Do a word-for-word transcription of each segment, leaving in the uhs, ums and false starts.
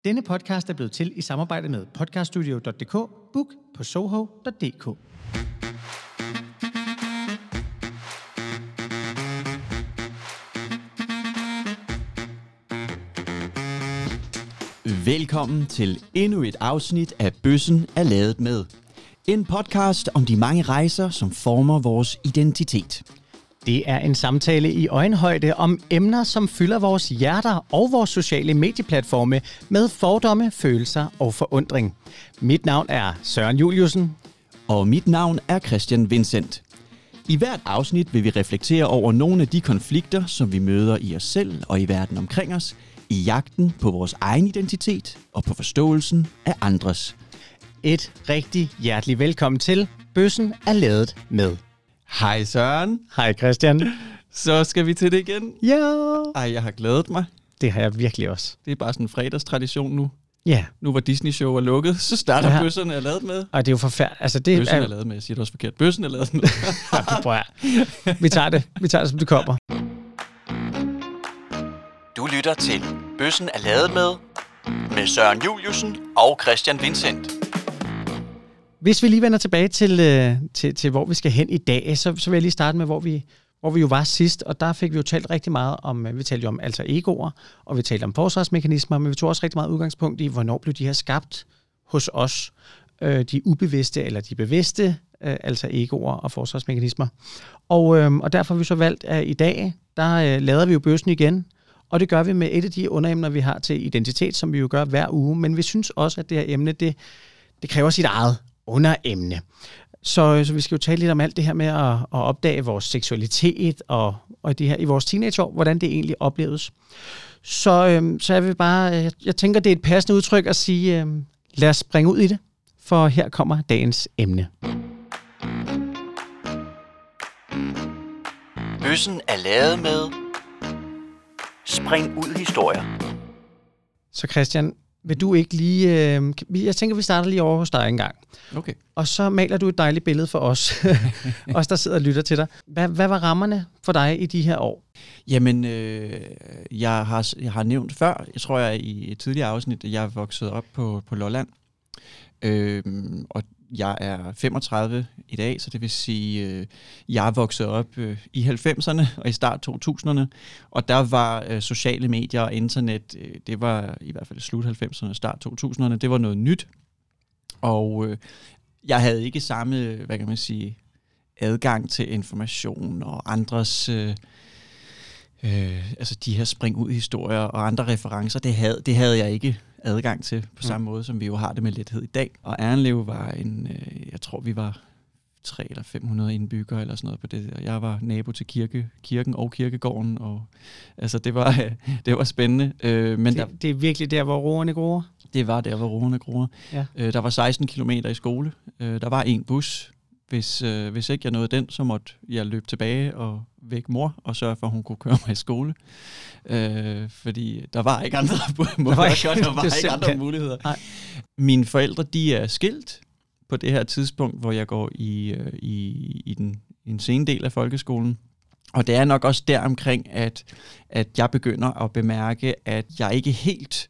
Denne podcast er blevet til i samarbejde med podcaststudio punktum d k. Book på soho punktum d k. Velkommen til endnu et afsnit af Bøssen er lavet med. En podcast om de mange rejser, som former vores identitet. Det er en samtale i øjenhøjde om emner, som fylder vores hjerter og vores sociale medieplatforme med fordomme, følelser og forundring. Mit navn er Søren Juliusen. Og mit navn er Christian Vincent. I hvert afsnit vil vi reflektere over nogle af de konflikter, som vi møder i os selv og i verden omkring os, i jagten på vores egen identitet og på forståelsen af andres. Et rigtig hjertelig velkommen til Bøssen er lavet med. Hej Søren. Hej Christian. Så skal vi til det igen. Ja. Ej, jeg har glædet mig. Det har jeg virkelig også. Det er bare sådan en fredagstradition nu. Ja. Nu hvor Disney Show er lukket, så starter ja. Bøsserne er lavet med. Og det er jo forfærdeligt. Altså, det Bøssen er... er lavet med. Jeg siger det også forkert. Bøssen er lavet med. Ja, vi tager det. Vi tager det, som det kommer. Du lytter til Bøssen er lavet med med Søren Juliusen og Christian Vincent. Hvis vi lige vender tilbage til, øh, til, til hvor vi skal hen i dag, så, så vil jeg lige starte med, hvor vi, hvor vi jo var sidst, og der fik vi jo talt rigtig meget om, vi talte jo om alter egoer, og vi talte om forsvarsmekanismer, men vi tog også rigtig meget udgangspunkt i, hvornår blev de her skabt hos os, øh, de ubevidste eller de bevidste øh, alter egoer og forsvarsmekanismer. Og, øh, og derfor har vi så valgt, at i dag, der øh, lader vi jo bøssen igen, og det gør vi med et af de underemner, vi har til identitet, som vi jo gør hver uge, men vi synes også, at det her emne, det, det kræver sit eget underemne. Så, så vi skal jo tale lidt om alt det her med at, at opdage vores seksualitet og, og det her i vores teenageår, hvordan det egentlig opleves. Så, øhm, så jeg vil bare, jeg, jeg tænker, det er et passende udtryk at sige, øhm, lad os springe ud i det, for her kommer dagens emne. Bøssen er lavet med spring ud historier. Så Christian, vil du ikke lige... Øh, jeg tænker, vi starter lige over hos dig en gang. Okay. Og så maler du et dejligt billede for os, os der sidder og lytter til dig. Hvad, hvad var rammerne for dig i de her år? Jamen, øh, jeg, har, jeg har nævnt før, jeg tror jeg i et tidligere afsnit, at jeg er vokset op på, på Lolland. Øh, og jeg er femogtredive i dag, så det vil sige, øh, jeg er vokset op øh, i halvfemserne og i start to tusinderne, og der var øh, sociale medier og internet, øh, det var i hvert fald slut halvfemserne og start to tusinderne, det var noget nyt, og øh, jeg havde ikke samme, hvad kan man sige, adgang til information og andres, øh, øh, altså de her spring ud historier og andre referencer, det havde, det havde jeg ikke adgang til på samme mm. måde, som vi jo har det med lethed i dag. Og Erlenlev var en, øh, jeg tror vi var tre eller fem hundrede indbyggere eller sådan noget på det. Og jeg var nabo til kirke, kirken og kirkegården, og altså det var, øh, det var spændende. Øh, men det, der, det er virkelig der, hvor roerne gror? Det var der, hvor roerne gror. Ja. Øh, der var seksten kilometer i skole. Øh, der var en bus. Hvis, øh, hvis ikke jeg nåede den, så måtte jeg løbe tilbage og væk mor og sørge for, at hun kunne køre mig i skole. Øh, fordi der var ikke andre, der var ikke, der var ikke andre muligheder. Nej. Mine forældre, de er skilt på det her tidspunkt, hvor jeg går i, øh, i, i, den, i en sene del af folkeskolen. Og det er nok også der omkring, at, at jeg begynder at bemærke, at jeg ikke helt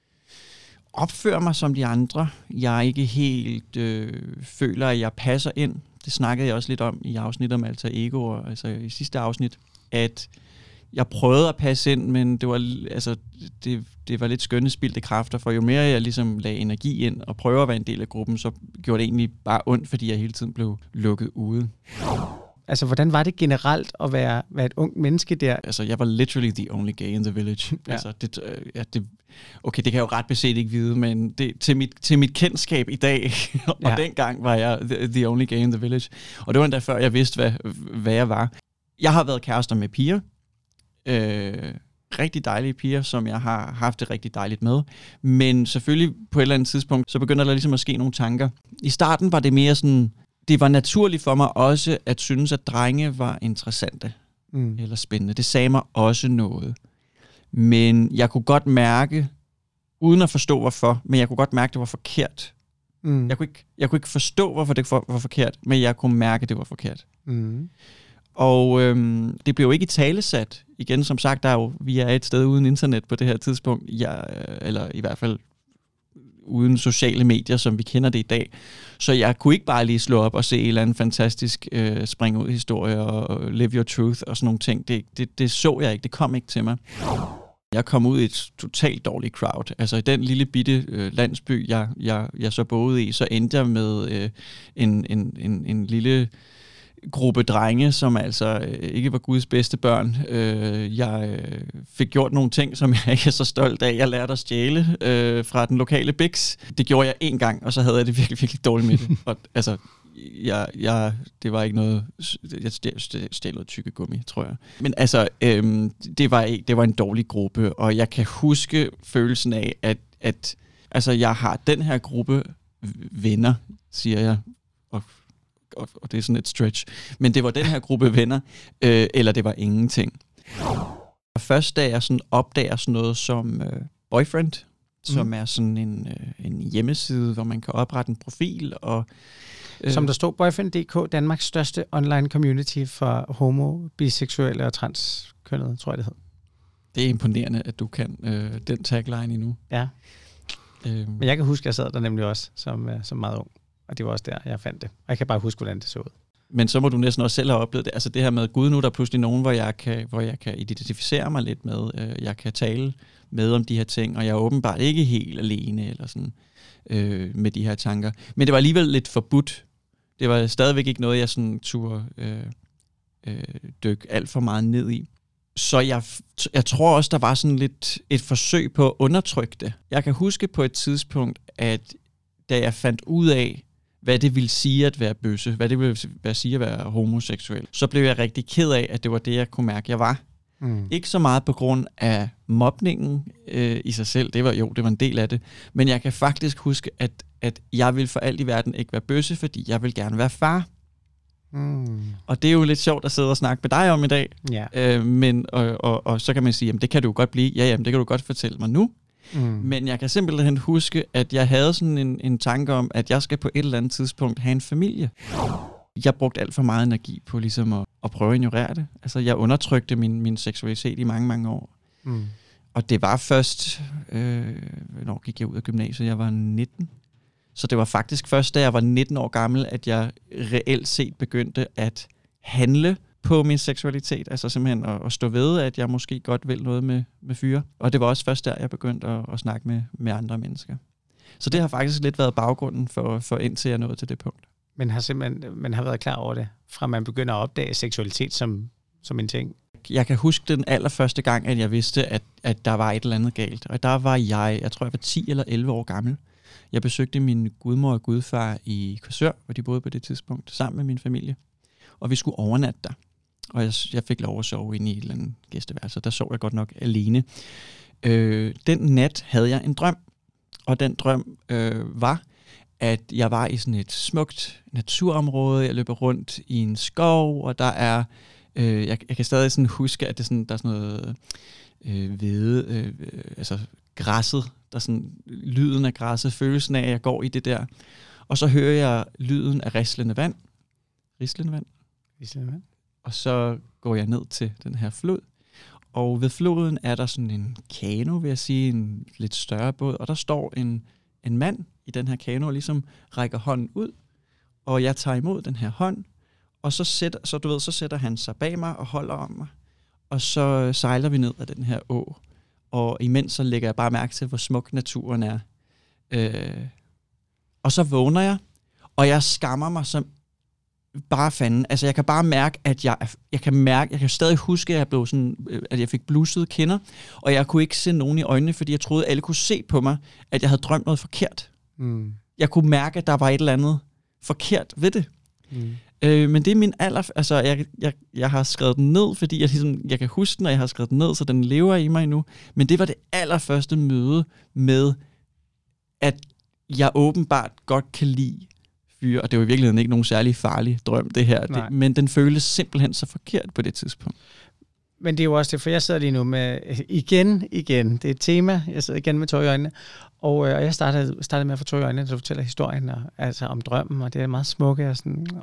opfører mig som de andre. Jeg ikke helt øh, føler, at jeg passer ind. Det snakkede jeg også lidt om i afsnittet om alter egoer, altså i sidste afsnit, at jeg prøvede at passe ind, men det var, altså, det, det var lidt skønne spildte kræfter, for jo mere jeg ligesom lagde energi ind og prøvede at være en del af gruppen, så gjorde det egentlig bare ondt, fordi jeg hele tiden blev lukket ude. Altså, hvordan var det generelt at være, være et ung menneske der? Altså, jeg var literally the only gay in the village. Ja. Altså, det, ja, det, okay, det kan jeg jo ret beset ikke vide, men det, til, mit, til mit kendskab i dag, og ja. dengang var jeg the, the only gay in the village. Og det var endda før, jeg vidste, hvad, hvad jeg var. Jeg har været kærester med piger. Øh, rigtig dejlige piger, som jeg har haft det rigtig dejligt med. Men selvfølgelig på et eller andet tidspunkt, så begynder der ligesom at ske nogle tanker. I starten var det mere sådan... Det var naturligt for mig også at synes, at drenge var interessante mm. eller spændende. Det sagde mig også noget. Men jeg kunne godt mærke, uden at forstå hvorfor, men jeg kunne godt mærke, at det var forkert. Mm. Jeg, kunne ikke, jeg kunne ikke forstå, hvorfor det var forkert, men jeg kunne mærke, at det var forkert. Mm. Og øhm, det blev jo ikke italesat. Igen, som sagt, der er jo, vi er et sted uden internet på det her tidspunkt. Jeg, eller i hvert fald uden sociale medier, som vi kender det i dag. Så jeg kunne ikke bare lige slå op og se en eller anden fantastisk øh, spring ud historie og live your truth og sådan nogle ting. Det, det, det så jeg ikke, det kom ikke til mig. Jeg kom ud i et totalt dårligt crowd. Altså i den lille bitte øh, landsby, jeg, jeg, jeg så boede i, så endte jeg med øh, en, en, en, en lille gruppe drenge, som altså øh, ikke var Guds bedste børn. Øh, jeg øh, fik gjort nogle ting, som jeg ikke er så stolt af. Jeg lærte at stjæle øh, fra den lokale Bix. Det gjorde jeg én gang, og så havde jeg det virkelig, virkelig dårligt med det. Og, altså, jeg, jeg, det var ikke noget... Jeg stjal, stjal noget tykkegummi, tror jeg. Men altså, øh, det, var, det var en dårlig gruppe, og jeg kan huske følelsen af, at, at altså, jeg har den her gruppe venner, siger jeg, og og det er sådan et stretch, men det var den her gruppe venner, øh, eller det var ingenting. Og først da jeg sådan opdager sådan noget som øh, Boyfriend, som mm. er sådan en, øh, en hjemmeside, hvor man kan oprette en profil. Og, øh, som der står, Boyfriend punktum d k, Danmarks største online community for homo, biseksuelle og transkønnede, tror jeg det hed. Det er imponerende, at du kan øh, den tagline endnu. Ja, øh. men jeg kan huske, at jeg sad der nemlig også som, øh, som meget ung. Og det var også der, jeg fandt det. Og jeg kan bare huske, hvordan det så ud. Men så må du næsten også selv have oplevet det. Altså det her med, gud, nu er der pludselig nogen, hvor jeg kan, hvor jeg kan identificere mig lidt med. Jeg kan tale med om de her ting, og jeg er åbenbart ikke helt alene eller sådan, øh, med de her tanker. Men det var alligevel lidt forbudt. Det var stadigvæk ikke noget, jeg sådan turde øh, øh, dykke alt for meget ned i. Så jeg, jeg tror også, der var sådan lidt et forsøg på at undertrykke det. Jeg kan huske på et tidspunkt, at da jeg fandt ud af, hvad det ville sige at være bøsse, hvad det ville sige at være homoseksuel, så blev jeg rigtig ked af, at det var det, jeg kunne mærke, jeg var. Mm. Ikke så meget på grund af mobningen øh, i sig selv, det var jo, det var en del af det, men jeg kan faktisk huske, at, at jeg vil for alt i verden ikke være bøsse, fordi jeg vil gerne være far. Mm. Og det er jo lidt sjovt at sidde og snakke med dig om i dag, yeah. øh, men, og, og, og så kan man sige, jamen det kan du godt blive, ja, jamen det kan du godt fortælle mig nu. Mm. Men jeg kan simpelthen huske, at jeg havde sådan en, en tanke om, at jeg skal på et eller andet tidspunkt have en familie. Jeg brugte alt for meget energi på ligesom at, at prøve at ignorere det. Altså jeg undertrykte min, min seksualitet i mange, mange år. Mm. Og det var først, øh, når gik jeg ud af gymnasiet, jeg var nitten. Så det var faktisk først, da jeg var nitten år gammel, at jeg reelt set begyndte at handle på min seksualitet, altså simpelthen at, at stå ved, at jeg måske godt vil noget med, med fyre. Og det var også først der, jeg begyndte at, at snakke med, med andre mennesker. Så det har faktisk lidt været baggrunden for, for indtil jeg nåede til det punkt. Men har simpelthen man har været klar over det, fra man begynder at opdage seksualitet som, som en ting? Jeg kan huske den allerførste gang, at jeg vidste, at, at der var et eller andet galt. Og der var jeg, jeg tror jeg var ti eller elleve år gammel. Jeg besøgte min gudmor og gudfar i Korsør, hvor de boede på det tidspunkt, sammen med min familie. Og vi skulle overnatte der. Og jeg, jeg fik lov at sove inde i et eller andet gæsteværelse. Der sov jeg godt nok alene. Øh, den nat havde jeg en drøm. Og den drøm øh, var, at jeg var i sådan et smukt naturområde. Jeg løber rundt i en skov, og der er... Øh, jeg, jeg kan stadig sådan huske, at det sådan, der er sådan noget øh, hvede... Øh, altså græsset. Der er sådan lyden af græsset. Følelsen af, at jeg går i det der. Og så hører jeg lyden af rislende vand. Rislende vand? Rislende vand. Og så går jeg ned til den her flod, og ved floden er der sådan en kano, vil jeg sige, en lidt større båd, og der står en, en mand i den her kano, og ligesom rækker hånden ud, og jeg tager imod den her hånd, og så sætter, så, du ved, så sætter han sig bag mig og holder om mig, og så sejler vi ned ad den her å, og imens så lægger jeg bare mærke til, hvor smuk naturen er. Øh, og så vågner jeg, og jeg skammer mig som bare fanden. Altså, jeg kan bare mærke, at jeg, jeg kan mærke, jeg kan stadig huske, at jeg blev sådan, at jeg fik blussede kinder, og jeg kunne ikke se nogen i øjnene, fordi jeg troede, at alle kunne se på mig, at jeg havde drømt noget forkert. Mm. Jeg kunne mærke, at der var et eller andet forkert ved det. Mm. Øh, men det er min aller... Altså, jeg, jeg, jeg har skrevet den ned, fordi jeg, ligesom, jeg kan huske den, og jeg har skrevet den ned, så den lever i mig nu. Men det var det allerførste møde med, at jeg åbenbart godt kan lide fyre, og det var i virkeligheden ikke nogen særlig farlig drøm, det her. Det, men den føles simpelthen så forkert på det tidspunkt. Men det er jo også det, for jeg sidder lige nu med, igen, igen, det er et tema, jeg sidder igen med tår i øjnene, og, øh, og jeg startede, startede med at få tår i øjnene, da du fortæller historien, og, altså om drømmen, og det er meget smukke, og sådan, åh,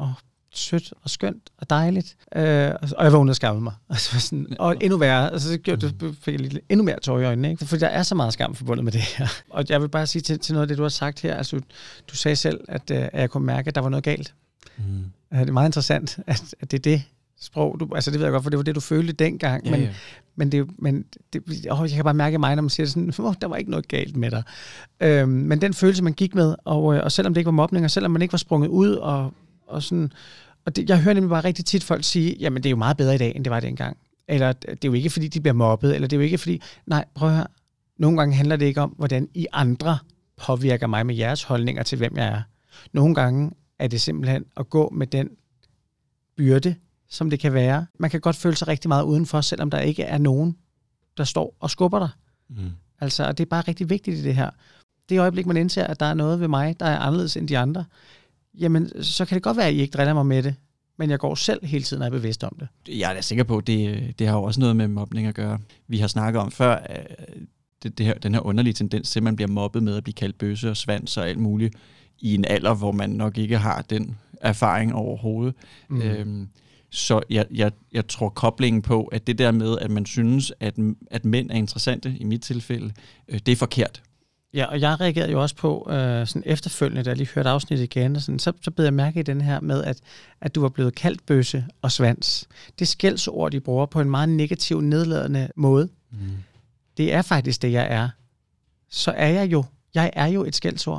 sødt og skønt og dejligt. Øh, og jeg vågnede og skammede mig. Altså, sådan, og endnu værre, altså, så gjorde det, fik jeg lidt, endnu mere tår i øjnene, ikke? Fordi der er så meget skam forbundet med det her. Og jeg vil bare sige til, til noget af det, du har sagt her, altså, du sagde selv, at, at jeg kunne mærke, at der var noget galt. Mm. Det er meget interessant, at, at det er det sprog, du, altså det ved jeg godt, for det var det, du følte dengang, ja, men, ja. men, det, men det, åh, jeg kan bare mærke i mig, når man siger sådan, åh, der var ikke noget galt med dig. Øhm, men den følelse, man gik med, og, og selvom det ikke var mobning, og selvom man ikke var sprunget ud, og, og sådan, og det, jeg hører nemlig bare rigtig tit folk sige, jamen det er jo meget bedre i dag, end det var dengang. Eller det er jo ikke, fordi de bliver mobbet, eller det er jo ikke, fordi, nej, prøv at høre, nogle gange handler det ikke om, hvordan I andre påvirker mig med jeres holdninger til, hvem jeg er. Nogle gange er det simpelthen at gå med den byrde, som det kan være. Man kan godt føle sig rigtig meget udenfor, selvom der ikke er nogen, der står og skubber dig. Mm. Altså, det er bare rigtig vigtigt i det her. Det øjeblik, man indser, at der er noget ved mig, der er anderledes end de andre, jamen, så kan det godt være, at I ikke driller mig med det, men jeg går selv hele tiden og er bevidst om det. Jeg er da sikker på, at det, det har jo også noget med mobning at gøre. Vi har snakket om før, det, det her, den her underlige tendens til, at man bliver mobbet med at blive kaldt bøsse og svans og alt muligt, i en alder, hvor man nok ikke har den erfaring overhovedet. Mm. Øhm, Så jeg, jeg, jeg tror koblingen på, at det der med, at man synes, at, at mænd er interessante, i mit tilfælde, øh, det er forkert. Ja, og jeg reagerede jo også på, øh, sådan efterfølgende, da jeg lige hørte afsnittet igen, og sådan, så, så blev jeg mærke i den her med, at, at du var blevet kaldt bøsse og svans. Det skældsord, de bruger på en meget negativ, nedladende måde. Mm. Det er faktisk det, jeg er. Så er jeg jo. Jeg er jo et skældsord.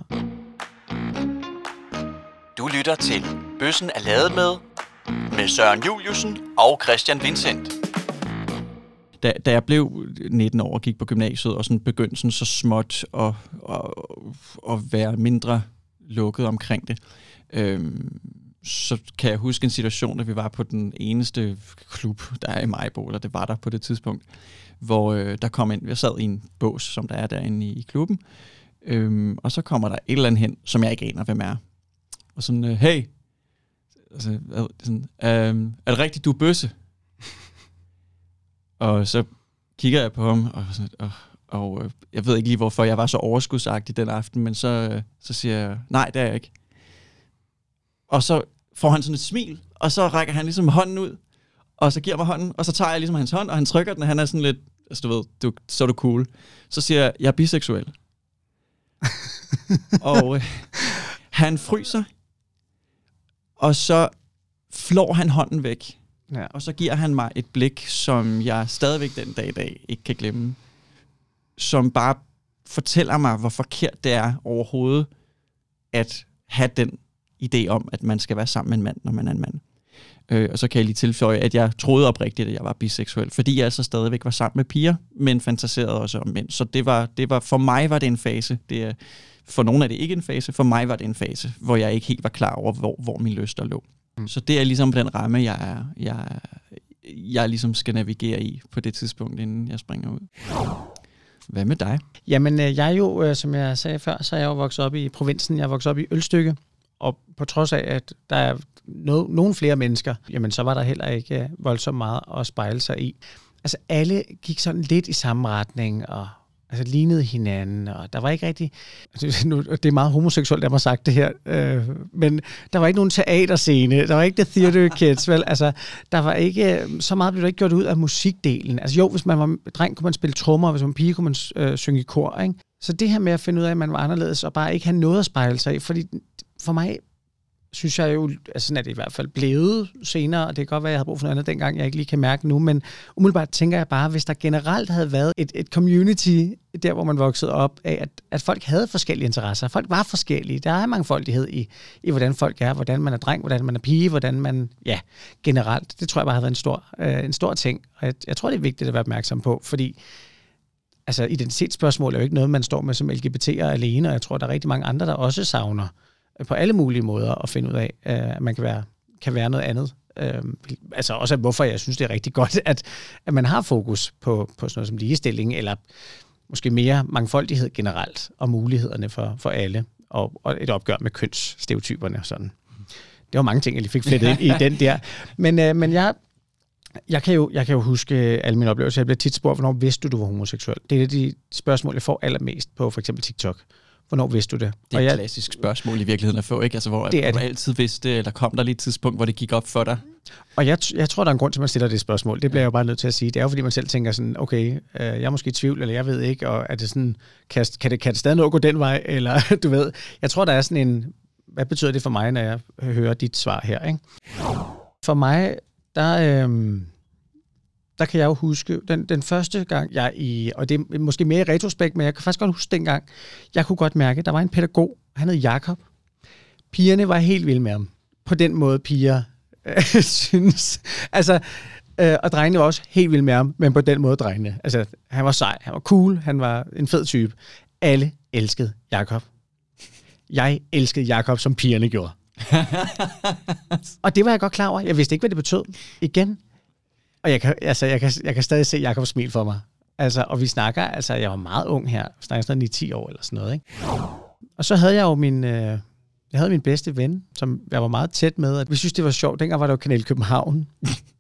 Du lytter til Bøssen er lavet med... med Søren Juliusen og Christian Vincent. Da, da jeg blev nitten år og gik på gymnasiet, og sådan begyndte sådan så småt at, at, at være mindre lukket omkring det, øhm, så kan jeg huske en situation, da vi var på den eneste klub, der er i Maribo, eller det var der på det tidspunkt, hvor øh, der kom ind, jeg sad i en bås, som der er derinde i, i klubben, øhm, og så kommer der et eller andet hen, som jeg ikke aner, hvem er. Og sådan, øh, hey, altså, sådan, øhm, er det rigtigt, du er bøsse? Og så kigger jeg på ham, og, sådan, og, og øh, jeg ved ikke lige, hvorfor jeg var så overskudsagtig den aften, men så, øh, så siger jeg, nej, det er jeg ikke. Og så får han sådan et smil, og så rækker han ligesom hånden ud, og så giver mig hånden, og så tager jeg ligesom hans hånd, og han trykker den, og han er sådan lidt, altså du ved, du, så er du cool. Så siger jeg, jeg er biseksuel. og øh, han fryser, og så flår han hånden væk. Ja. Og så giver han mig et blik, som jeg stadigvæk den dag i dag ikke kan glemme. Som bare fortæller mig, hvor forkert det er overhovedet at have den idé om, at man skal være sammen med en mand, når man er en mand. Øh, og så kan jeg lige tilføje, at jeg troede oprigtigt, at jeg var biseksuel, fordi jeg så stadigvæk var sammen med piger, men fantaserede også om mænd. Så det var, det var, for mig var det en fase. Det er, for nogle er det ikke en fase, for mig var det en fase, hvor jeg ikke helt var klar over, hvor, hvor min lyster lå. Mm. Så det er ligesom den ramme, jeg, er, jeg, jeg ligesom skal navigere i på det tidspunkt, inden jeg springer ud. Hvad med dig? Jamen, jeg er jo, som jeg sagde før, så er jeg jo vokset op i provinsen. Jeg er vokset op i Ølstykke, og på trods af, at der er no, nogle flere mennesker, jamen så var der heller ikke voldsomt meget at spejle sig i. Altså, alle gik sådan lidt i samme retning, og altså lignede hinanden, og der var ikke rigtig... Altså, nu, det er meget homoseksuelt, der har sagt det her, øh, men der var ikke nogen teaterscene, der var ikke The Theater Kids, vel? Altså, der var ikke... Så meget blev der ikke gjort ud af musikdelen. Altså jo, hvis man var dreng, kunne man spille trommer, hvis man var pige, kunne man øh, synge i kor, ikke? Så det her med at finde ud af, at man var anderledes, og bare ikke have noget at spejle sig i, fordi for mig... synes jeg jo, altså sådan er det i hvert fald blevet senere, og det kan godt være, at jeg havde brug for noget andet dengang, jeg ikke lige kan mærke nu, men umiddelbart tænker jeg bare, hvis der generelt havde været et, et community, der hvor man voksede op, af at, at folk havde forskellige interesser, folk var forskellige, der er mangfoldighed i, i hvordan folk er, hvordan man er dreng, hvordan man er pige, hvordan man, ja, generelt, det tror jeg bare har været en stor, øh, en stor ting, og jeg, jeg tror, det er vigtigt at være opmærksom på, fordi altså identitetsspørgsmål er jo ikke noget, man står med som L G B T'er alene, og jeg tror, der er rigtig mange andre, der også savner på alle mulige måder at finde ud af, at man kan være, kan være noget andet. Øhm, altså også, at hvorfor jeg synes, det er rigtig godt, at, at man har fokus på, på sådan noget som ligestilling, eller måske mere mangfoldighed generelt, og mulighederne for, for alle, og, og et opgør med kønsstereotyperne og sådan. Det var mange ting, jeg lige fik flettet ind i den der. Men, øh, men jeg, jeg, kan jo, jeg kan jo huske alle mine oplevelser. Jeg bliver tit spurgt, hvornår vidste du, du var homoseksuel? Det er de spørgsmål, jeg får allermest på for eksempel TikTok. hvornår vidste du det? Det er og et jeg, klassisk spørgsmål i virkeligheden at få, ikke? Altså, hvor det er du det. altid vidste det, eller kom der lige et tidspunkt, hvor det gik op for dig? Og jeg, jeg tror, der er en grund til, at man stiller det spørgsmål. Det bliver jeg jo bare nødt til at sige. Det er jo, fordi man selv tænker sådan, okay, øh, jeg er måske i tvivl, eller jeg ved ikke, og er det sådan, kan, kan, det, kan det stadig nå at gå den vej, eller du ved. Jeg tror, der er sådan en, hvad betyder det for mig, når jeg hører dit svar her, ikke? For mig, der, øh, der kan jeg jo huske, den, den første gang, jeg i, og det er måske mere i retrospekt, men jeg kan faktisk godt huske dengang, jeg kunne godt mærke, der var en pædagog, han hed Jakob. Pigerne var helt vilde med ham. På den måde, piger synes. Altså, øh, og drengene var også helt vilde med ham, men på den måde drengene. Altså, han var sej, han var cool, han var en fed type. Alle elskede Jakob. Jeg elskede Jakob, som pigerne gjorde. Og det var jeg godt klar over. Jeg vidste ikke, hvad det betød. Igen. Og jeg kan, altså, jeg kan, jeg kan stadig se Jakobs smil for mig. Altså, og vi snakker, altså, jeg var meget ung her. Jeg snakker sådan ni ti år eller sådan noget, ikke? Og så havde jeg jo min... Øh, Jeg havde min bedste ven, som jeg var meget tæt med, at vi synes, det var sjovt. Dengang var der jo Kanal København.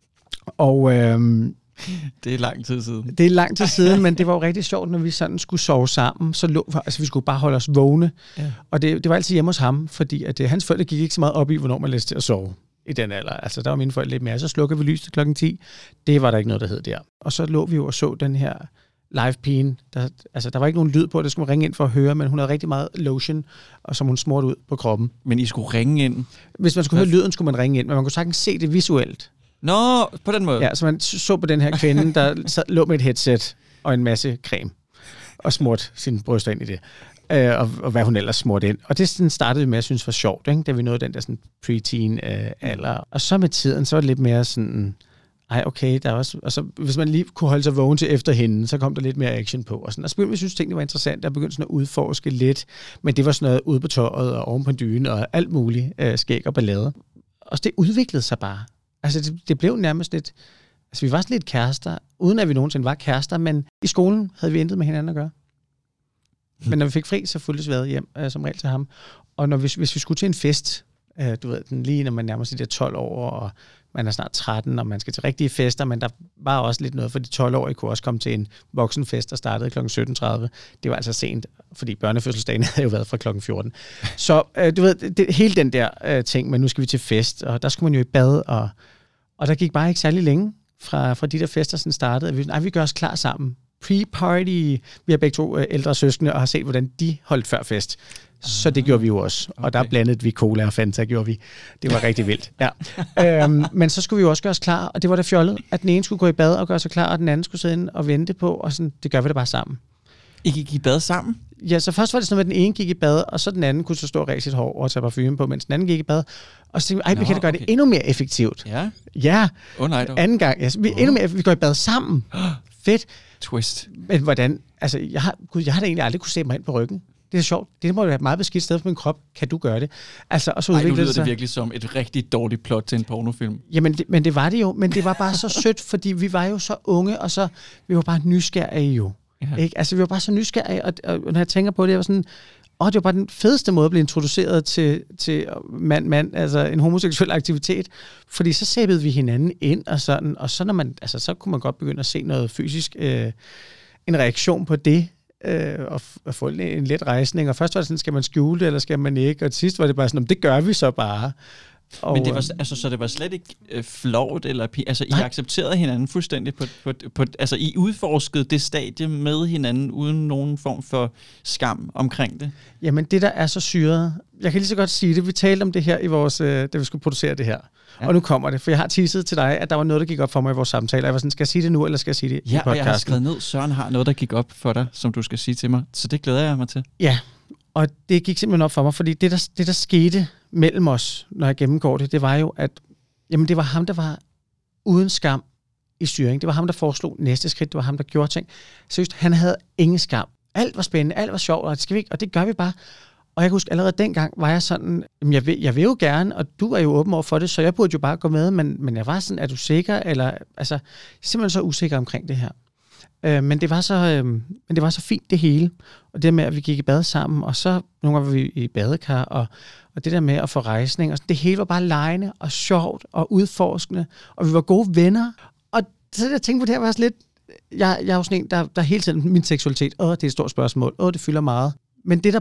Og øhm, det er lang tid siden. Det er lang tid siden, men det var jo rigtig sjovt, når vi sådan skulle sove sammen. Så lå, altså, vi skulle bare holde os vågne. Ja. Og det, det var altid hjemme hos ham, fordi at, det, hans forældre gik ikke så meget op i, hvornår man læste til at sove i den alder. Altså, der var mine forældre lidt mere. Så slukkede vi lyset klokken ti. Det var der ikke noget, der hed der. Og så lå vi jo og så den her live-pigen. Der, altså, der var ikke nogen lyd på, det skulle man ringe ind for at høre, men hun havde rigtig meget lotion, og som hun smurte ud på kroppen. Men I skulle ringe ind? Hvis man skulle Hvad? høre lyden, skulle man ringe ind, men man kunne sagtens se det visuelt. Nå, på den måde? Ja, så man så på den her kvinde, der sad, lå med et headset og en masse creme, og smurte sine bryster ind i det. Øh, og, og hvad hun ellers smurte ind. Og det sådan startede vi med at synes var sjovt, ikke? Da vi nåede den der sådan pre-teen øh, alder. Og så med tiden, så var det lidt mere sådan... Ej, okay, der er også, altså, hvis man lige kunne holde sig vågen til efter hende, så kom der lidt mere action på. Og, sådan. Og så begyndte vi synes, tingene var interessant. Der begyndte sådan at udforske lidt, men det var sådan noget ude på tøjet og oven på dynen og alt muligt øh, skæg og ballade. Og det udviklede sig bare. Altså, det, det blev nærmest lidt... Altså, vi var sådan lidt kærester, uden at vi nogensinde var kærester, men i skolen havde vi intet med hinanden at gøre. Men når vi fik fri, så fulgtes vi ad hjem, øh, som regel til ham. Og når vi, hvis vi skulle til en fest, øh, du ved, den, lige når man nærmer sig de der tolv år, og man er snart tretten, og man skal til rigtige fester, men der var også lidt noget, for de tolv-årige kunne også komme til en voksenfest, der startede klokken sytten tredive. Det var altså sent, fordi børnefødselsdagen havde jo været fra klokken fjorten. Så øh, du ved, det, hele den der øh, ting, men nu skal vi til fest, og der skulle man jo i bad, og, og der gik bare ikke særlig længe fra, fra de der fester, sådan startede. Vi, nej, vi gør os klar sammen. Pre-party. Vi har begge to øh, ældre søskende, og har set, hvordan de holdt før fest. Så det gjorde vi jo også. Og okay. Der blandede vi cola og Fanta, gjorde vi. Det var rigtig vildt. Ja. øhm, men så skulle vi jo også gøre os klar, og det var da fjollet, at den ene skulle gå i bad og gøre sig klar, og den anden skulle sidde inde og vente på, og sådan, det gør vi da bare sammen. I gik i bad sammen? Ja, så først var det sådan, at den ene gik i bad, og så den anden kunne så stå og ræse sit hår og tage parfume på, mens den anden gik i bad. Og så tænkte vi, ej, vi kan da gøre okay. det endnu mere effektivt. Ja? Ja. Oh, nej, dog. Anden gang. Ja, vi, endnu mere, vi går i bad sammen. Fedt. Twist. Men hvordan, altså, jeg har, gud, jeg har da egentlig aldrig kunne se mig ind på ryggen. Det er sjovt. Det må jo være et meget beskidt sted for min krop. Kan du gøre det? Altså, og så Ej, nu lyder det, det virkelig som et rigtig dårligt plot til en pornofilm. Jamen, det, men det var det jo. Men det var bare så sødt, fordi vi var jo så unge, og så vi var bare nysgerrige jo. Ja. Ikke? Altså, vi var bare så nysgerrige, og, og når jeg tænker på det, jeg var sådan, åh, det var bare den fedeste måde at blive introduceret til, til mand-mand, altså en homoseksuel aktivitet. Fordi så sæbede vi hinanden ind, og sådan, og så, når man, altså, så kunne man godt begynde at se noget fysisk, øh, en reaktion på det, Øh, og, f- og få en, en let rejsning. Og først var det sådan, skal man skjule det, eller skal man ikke? Og til sidst var det bare sådan, det gør vi så bare. Og, Men det var, altså, så det var slet ikke øh, flovt, eller altså I nej. accepterede hinanden fuldstændig på, på, på, altså I udforskede det stadie med hinanden, uden nogen form for skam omkring det? Jamen det, der er så syret, jeg kan lige så godt sige det, vi talte om det her, i vores, øh, da vi skulle producere det her. Ja. Og nu kommer det, for jeg har teaset til dig, at der var noget, der gik op for mig i vores samtale. Jeg var sådan, skal jeg sige det nu, eller skal jeg sige det ja, i podcasten? Ja, og jeg har skrevet ned, Søren har noget, der gik op for dig, som du skal sige til mig. Så det glæder jeg mig til. Ja, og det gik simpelthen op for mig, fordi det der, det, der skete mellem os, når jeg gennemgår det, det var jo, at jamen, det var ham, der var uden skam i styring. Det var ham, der foreslog næste skridt. Det var ham, der gjorde ting. Seriøst, han havde ingen skam. Alt var spændende, alt var sjovt, og det, skal vi ikke, og det gør vi bare. Og jeg kan huske, allerede dengang var jeg sådan, jamen jeg vil, jeg vil jo gerne, og du er jo åben over for det, så jeg burde jo bare gå med, men, men jeg var sådan, er du sikker? Eller, altså, simpelthen så usikker omkring det her. Øh, men, det var så, øh, men det var så fint det hele, og det med, at vi gik i bad sammen, og så nogle gange var vi i badekar, og, og det der med at få rejsning, og sådan, det hele var bare legende og sjovt og udforskende, og vi var gode venner. Og så jeg tænkte på det her var også lidt, jeg, jeg er jo sådan en, der, der hele tiden, min seksualitet, åh, det er et stort spørgsmål, åh, det fylder meget. Men det, der bare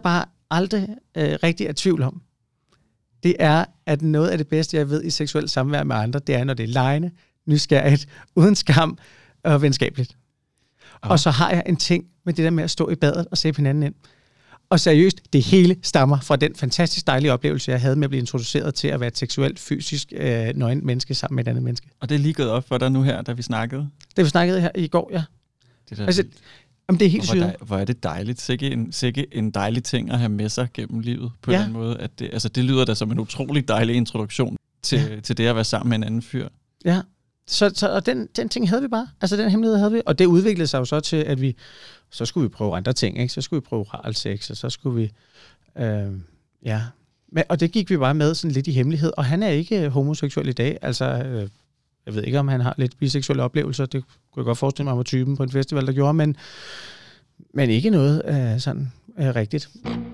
aldrig øh, rigtig er tvivl om, det er, at noget af det bedste, jeg ved i seksuelt samvær med andre, det er, når det er legende, nysgerrigt, uden skam og venskabeligt. Oh. Og så har jeg en ting med det der med at stå i badet og se på hinanden ind. Og seriøst, det hele stammer fra den fantastisk dejlige oplevelse, jeg havde med at blive introduceret til at være et seksuelt, fysisk øh, nøgen menneske sammen med et andet menneske. Og det er lige gået op for dig nu her, da vi snakkede? Det vi snakkede her i går, ja. Det der, altså, jamen, det er helt hvor, sygt. dej, hvor er det dejligt. Sikke en, sikke en dejlig ting at have med sig gennem livet på ja. Den måde. At det, altså, det lyder da som en utrolig dejlig introduktion til, ja. til det at være sammen med en anden fyr. Ja, så, så og den, den ting havde vi bare. Altså den hemmelighed havde vi. Og det udviklede sig jo så til, at vi, så skulle vi prøve andre ting, ikke? Så skulle vi prøve oral sex, og så skulle vi, øh, ja. Men, og det gik vi bare med sådan lidt i hemmelighed. Og han er ikke homoseksuel i dag. Altså, øh, jeg ved ikke, om han har lidt biseksuelle oplevelser. Det kunne jeg godt forestille mig, han var typen på en festival, der gjorde, men, men ikke noget øh, sådan øh, rigtigt.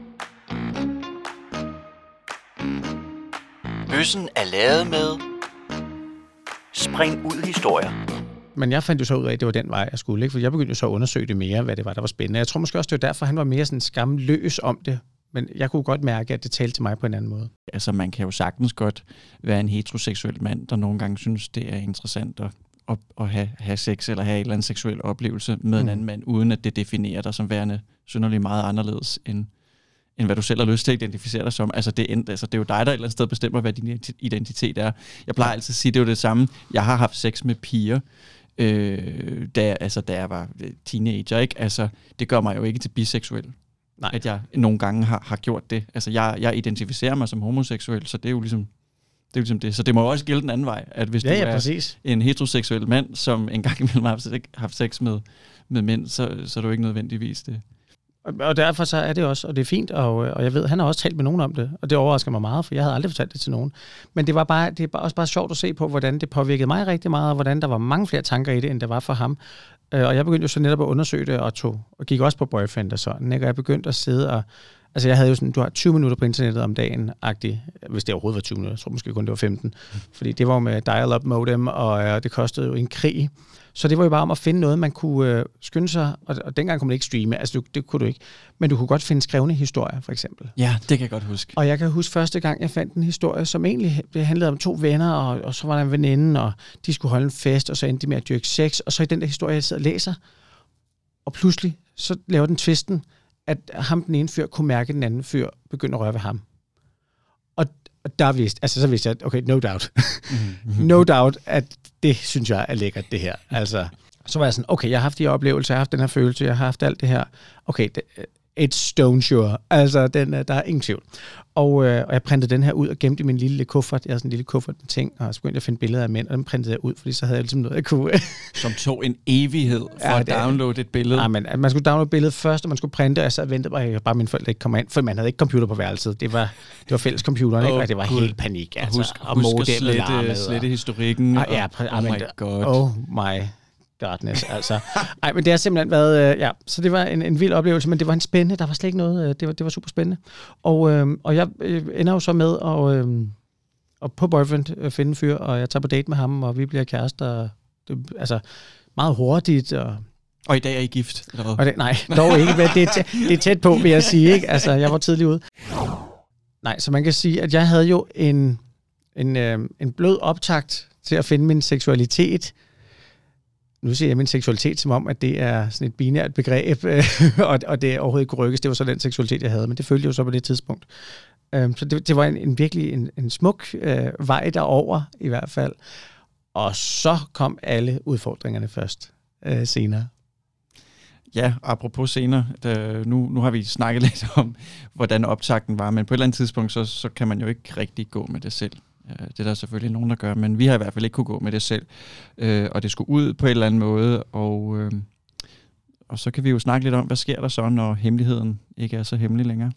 Bøssen er lavet med spring ud historier. Men jeg fandt jo så ud af, at det var den vej, jeg skulle. Ikke? For jeg begyndte jo så at undersøge det mere, hvad det var, der var spændende. Jeg tror måske også, det var derfor, han var mere sådan skamløs om det. Men jeg kunne godt mærke, at det talte til mig på en anden måde. Altså, man kan jo sagtens godt være en heteroseksuel mand, der nogle gange synes, det er interessant at, at, at have, have sex eller have en eller anden seksuel oplevelse med mm. en anden mand, uden at det definerer dig som værende synderligt meget anderledes, end, end hvad du selv har lyst til at identificere dig som. Altså det, er, altså, det er jo dig, der et eller andet sted bestemmer, hvad din identitet er. Jeg plejer altid at sige, det er jo det samme. Jeg har haft sex med piger, øh, da, altså, da jeg var teenager. Ikke? Altså, det gør mig jo ikke til biseksuel. Nej. At jeg nogle gange har, har gjort det. Altså, jeg, jeg identificerer mig som homoseksuel, så det er jo ligesom det. Er ligesom det. Så det må jo også gælde den anden vej, at hvis ja, du ja, er præcis. En heteroseksuel mand, som engang imellem har haft sex med, med mænd, så, så er du ikke nødvendigvis det. Og derfor så er det også, og det er fint, og, og jeg ved, han har også talt med nogen om det, og det overrasker mig meget, for jeg havde aldrig fortalt det til nogen. Men det var bare, det er bare, også bare sjovt at se på, hvordan det påvirkede mig rigtig meget, og hvordan der var mange flere tanker i det, end der var for ham. Og jeg begyndte jo så netop at undersøge det, og, tog, og gik også på Boyfriend og sådan, ikke? Og jeg begyndte at sidde og, altså jeg havde jo sådan, du har tyve minutter på internettet om dagen, agtigt, hvis det overhovedet var tyve minutter, jeg tror måske kun det var femten, fordi det var med dial-up modem, og, og det kostede jo en krig. Så det var jo bare om at finde noget, man kunne øh, skynde sig, og, og dengang kunne man ikke streame, altså det, det kunne du ikke, men du kunne godt finde skrevne historier, for eksempel. Ja, det kan jeg godt huske. Og jeg kan huske første gang, jeg fandt en historie, som egentlig handlede om to venner, og, og så var der en veninde, og de skulle holde en fest, og så endte de med at dyrke sex, og så i den der historie, jeg sidder og læser, og pludselig, så laver den twisten, at ham den ene fyr kunne mærke, at den anden fyr begyndte at røre ved ham. Og, og der vidste, altså så vidste jeg, okay, no doubt. Mm-hmm. no doubt, at det synes jeg er lækkert, det her. Altså, så var jeg sådan, okay, jeg har haft de her oplevelser, jeg har haft den her følelse, jeg har haft alt det her. Okay, det, it's stone sure. Altså, den, der er ingen tvivl. Og, øh, og jeg printede den her ud og gemte i min lille kuffert. Jeg havde sådan en lille kuffert med ting, og så begyndte jeg at finde billeder af mænd, og dem printede jeg ud, fordi så havde jeg ligesom noget, jeg kunne. Som tog en evighed for ja, at downloade et billede. Nej, men man skulle downloade billedet først, og man skulle printe, og jeg så ventede bare, bare mine forældre ikke kom ind, for man havde ikke computer på værelset. Det var, det var fælles computeren, ikke? Og det var cool. Helt panik. Altså. Husk, og husk at slette, slette historikken. Og, ja, og, oh my god. Oh my godness, altså. Ej, men det har simpelthen været, øh, ja, så det var en, en vild oplevelse, men det var en spændende, der var slet ikke noget, øh, det, var, det var super spændende. Og, øh, og jeg øh, ender jo så med at, øh, at på Boyfriend øh, finde en fyr, og jeg tager på date med ham, og vi bliver kærester, og det, altså meget hurtigt. Og, og i dag er I gift? Eller hvad? Og det, nej, dog ikke, men det er, tæt, det er tæt på, vil jeg sige, ikke? Altså, jeg var tidlig ude. Nej, så man kan sige, at jeg havde jo en, en, øh, en blød optakt til at finde min seksualitet. Nu siger jeg min seksualitet som om, at det er sådan et binært begreb, og, og det overhovedet ikke kunne rykkes. Det var så den seksualitet, jeg havde, men det følte jeg jo så på det tidspunkt. Um, så det, det var en, en virkelig en, en smuk uh, vej derover i hvert fald. Og så kom alle udfordringerne først uh, senere. Ja, apropos senere, da, nu, nu har vi snakket lidt om, hvordan optakten var, men på et eller andet tidspunkt, så, så kan man jo ikke rigtig gå med det selv. Det er der selvfølgelig nogen, der gør, men vi har i hvert fald ikke kunne gå med det selv. Øh, og det skulle ud på en eller anden måde, og, øh, og så kan vi jo snakke lidt om, hvad sker der så, når hemmeligheden ikke er så hemmelig længere.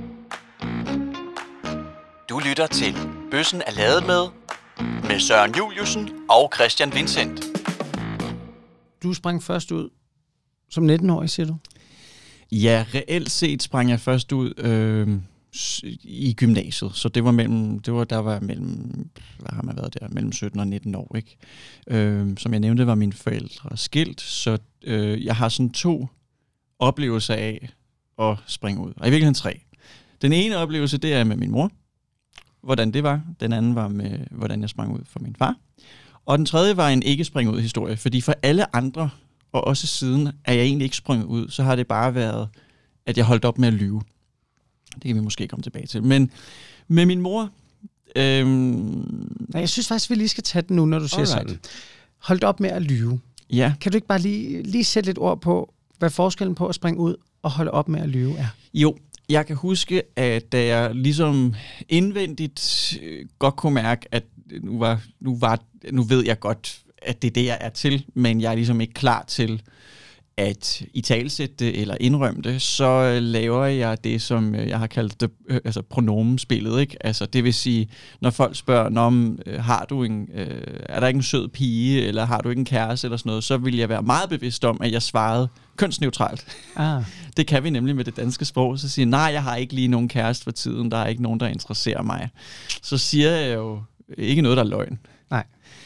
Du lytter til Bøssen er lavet med, med Søren Juliusen og Christian Vincent. Du sprang først ud som nitten-årig, siger du? Ja, reelt set sprang jeg først ud øh, i gymnasiet, så det var mellem, det var der var mellem, hvad har man været der, mellem sytten og nitten år, ikke? Øh, som jeg nævnte, var mine forældre skilt, så øh, jeg har sådan to oplevelser af at springe ud, og i virkeligheden tre. Den ene oplevelse, det er med min mor, hvordan det var. Den anden var med, hvordan jeg sprang ud for min far. Og den tredje var en ikke spring ud historie, fordi for alle andre, og også siden, er jeg egentlig ikke sprunget ud, så har det bare været, at jeg holdt op med at lyve. Det kan vi måske komme tilbage til. Men med min mor... Øhm... Nej, jeg synes faktisk, vi lige skal tage den nu, når du siger Alright. sådan. Holdt op med at lyve. Ja. Kan du ikke bare lige, lige sætte lidt ord på, hvad forskellen på at springe ud og holde op med at lyve er? Jo, jeg kan huske, at da jeg ligesom indvendigt øh, godt kunne mærke, at nu, var, nu, var, nu ved jeg godt, at det er det, jeg er til, men jeg er ligesom ikke klar til at italesætte det eller indrømme det, så laver jeg det, som jeg har kaldt det, øh, altså pronomenspillet, ikke? Altså det vil sige, når folk spørger, Nå, øh, har du en, øh, er der ikke en sød pige, eller har du ikke en kæreste, eller sådan noget, så vil jeg være meget bevidst om, at jeg svarede kønsneutralt. Ah. Det kan vi nemlig med det danske sprog, så siger nej, jeg har ikke lige nogen kæreste for tiden, der er ikke nogen, der interesserer mig. Så siger jeg jo ikke noget, der er løgn. Nej.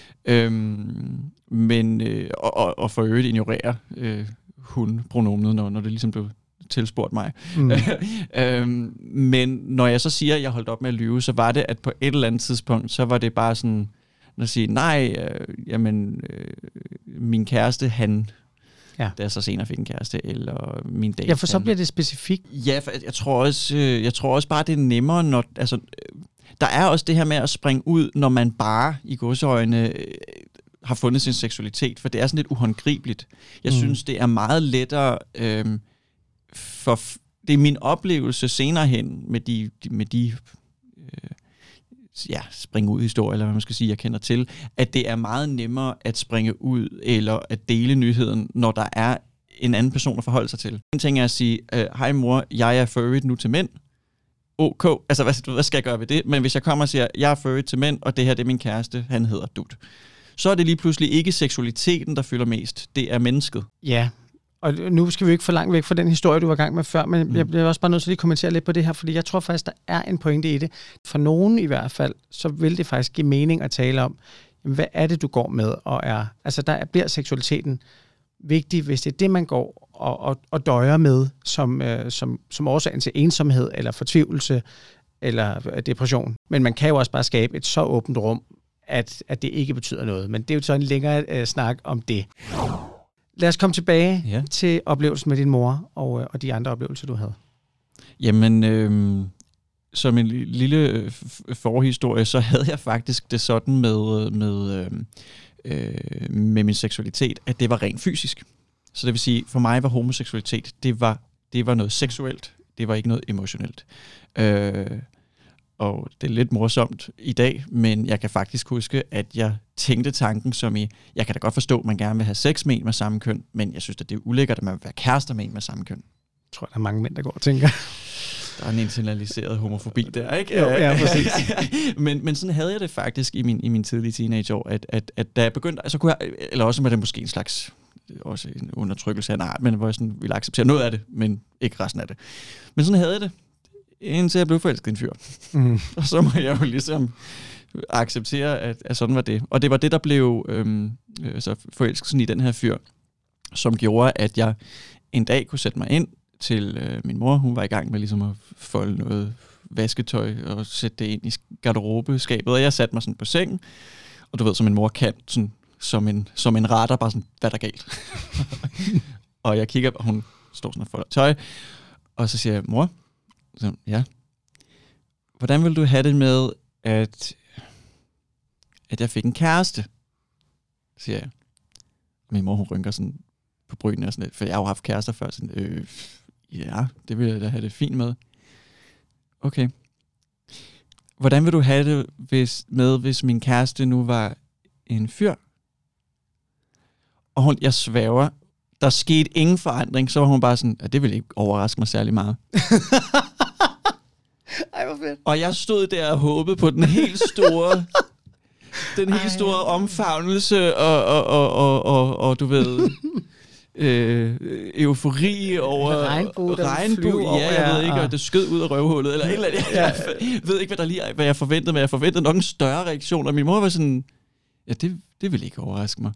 Øhm, men, øh, og, og, og for øvrigt ignorerer øh, hun pronomenet, når, når det ligesom blev tilspurgt mig. Mm. øhm, men når jeg så siger, at jeg holdt op med at lyve, så var det, at på et eller andet tidspunkt, så var det bare sådan, at sige, nej, øh, jamen, øh, min kæreste, han, ja. Da jeg så senere fik en kæreste, eller min date. Ja, for så han, bliver det specifikt. Ja, for jeg tror også, øh, jeg tror også bare, det er nemmere, når, altså, øh, der er også det her med at springe ud, når man bare i gåseøjne øh, har fundet sin seksualitet, for det er sådan lidt uhåndgribeligt. Jeg mm. synes, det er meget lettere, øh, for det er min oplevelse senere hen med de, de, med de øh, ja, springe ud historier, eller hvad man skal sige, jeg kender til, at det er meget nemmere at springe ud, eller at dele nyheden, når der er en anden person at forholde sig til. En ting er at sige, hej mor, jeg er furry nu til mænd. Ok, altså hvad, hvad skal jeg gøre ved det? Men hvis jeg kommer og siger, jeg er furry til mænd, og det her det er min kæreste, han hedder Dut, så er det lige pludselig ikke seksualiteten, der fylder mest. Det er mennesket. Ja, og nu skal vi jo ikke for langt væk fra den historie, du var i gang med før, men mm. jeg bliver også bare nødt til at lige kommentere lidt på det her, fordi jeg tror faktisk, der er en pointe i det. For nogen i hvert fald, så vil det faktisk give mening at tale om, jamen, hvad er det, du går med og er. Altså der bliver seksualiteten vigtig, hvis det er det, man går og, og, og døjer med, som, øh, som, som årsagen til ensomhed, eller fortvivlelse, eller depression. Men man kan jo også bare skabe et så åbent rum, at, at det ikke betyder noget. Men det er jo så en længere øh, snak om det. Lad os komme tilbage ja. til oplevelsen med din mor, og, og de andre oplevelser, du havde. Jamen, øh, som en lille forhistorie, så havde jeg faktisk det sådan med, med, øh, med min seksualitet, at det var rent fysisk. Så det vil sige, for mig var homoseksualitet, det var, det var noget seksuelt, det var ikke noget emotionelt. Øh, og det er lidt morsomt i dag, men jeg kan faktisk huske, at jeg tænkte tanken som i, jeg kan da godt forstå, at man gerne vil have sex med en med samme køn, men jeg synes, at det er ulækkert, at man vil være kærester med en med samme køn. Jeg tror, der er mange mænd, der går og tænker. Der er en internaliseret homofobi der, ikke? Jo, ja, præcis. men, men sådan havde jeg det faktisk i min, i min tidlige teenageår, at, at, at da jeg begyndte, så kunne jeg, eller også med det måske en slags, også en undertrykkelse af en art, men hvor jeg sådan ville acceptere noget af det, men ikke resten af det. Men sådan havde jeg det, indtil jeg blev forelsket i en fyr. Mm. Og så må jeg jo ligesom acceptere, at, at sådan var det. Og det var det, der blev øhm, øh, så forelskelsen i den her fyr, som gjorde, at jeg en dag kunne sætte mig ind til øh, min mor. Hun var i gang med ligesom at folde noget vasketøj og sætte det ind i garderobeskabet, og jeg satte mig sådan på sengen, og du ved, som en mor kan, sådan, som en, som en radar, bare sådan, hvad der er galt? Og jeg kigger, og hun står sådan og folder tøj, og så siger jeg, mor, så, ja, hvordan vil du have det med, at, at jeg fik en kæreste? Siger jeg. Og min mor, hun rynker sådan på brynene og sådan lidt, for jeg har jo haft kærester før, sådan, øh, ja, det vil jeg da have det fint med. Okay. Hvordan vil du have det hvis, med, hvis min kæreste nu var en fyr? Og hun, jeg svæver, der skete ingen forandring, så var hun bare sådan, at det ville ikke overraske mig særlig meget. Ej, hvor fedt. Og jeg stod der og håbede på den helt store, den helt store omfavnelse og, og, og, og, og, og du ved, øh, eufori over regnbue, regnbue ja, jeg ja, ved ikke, og det skød ud af røvhullet, eller et eller andet. Jeg ved ikke, hvad der lige hvad jeg forventede, men jeg forventede nok en større reaktion, og min mor var sådan, ja, det, det ville ikke overraske mig.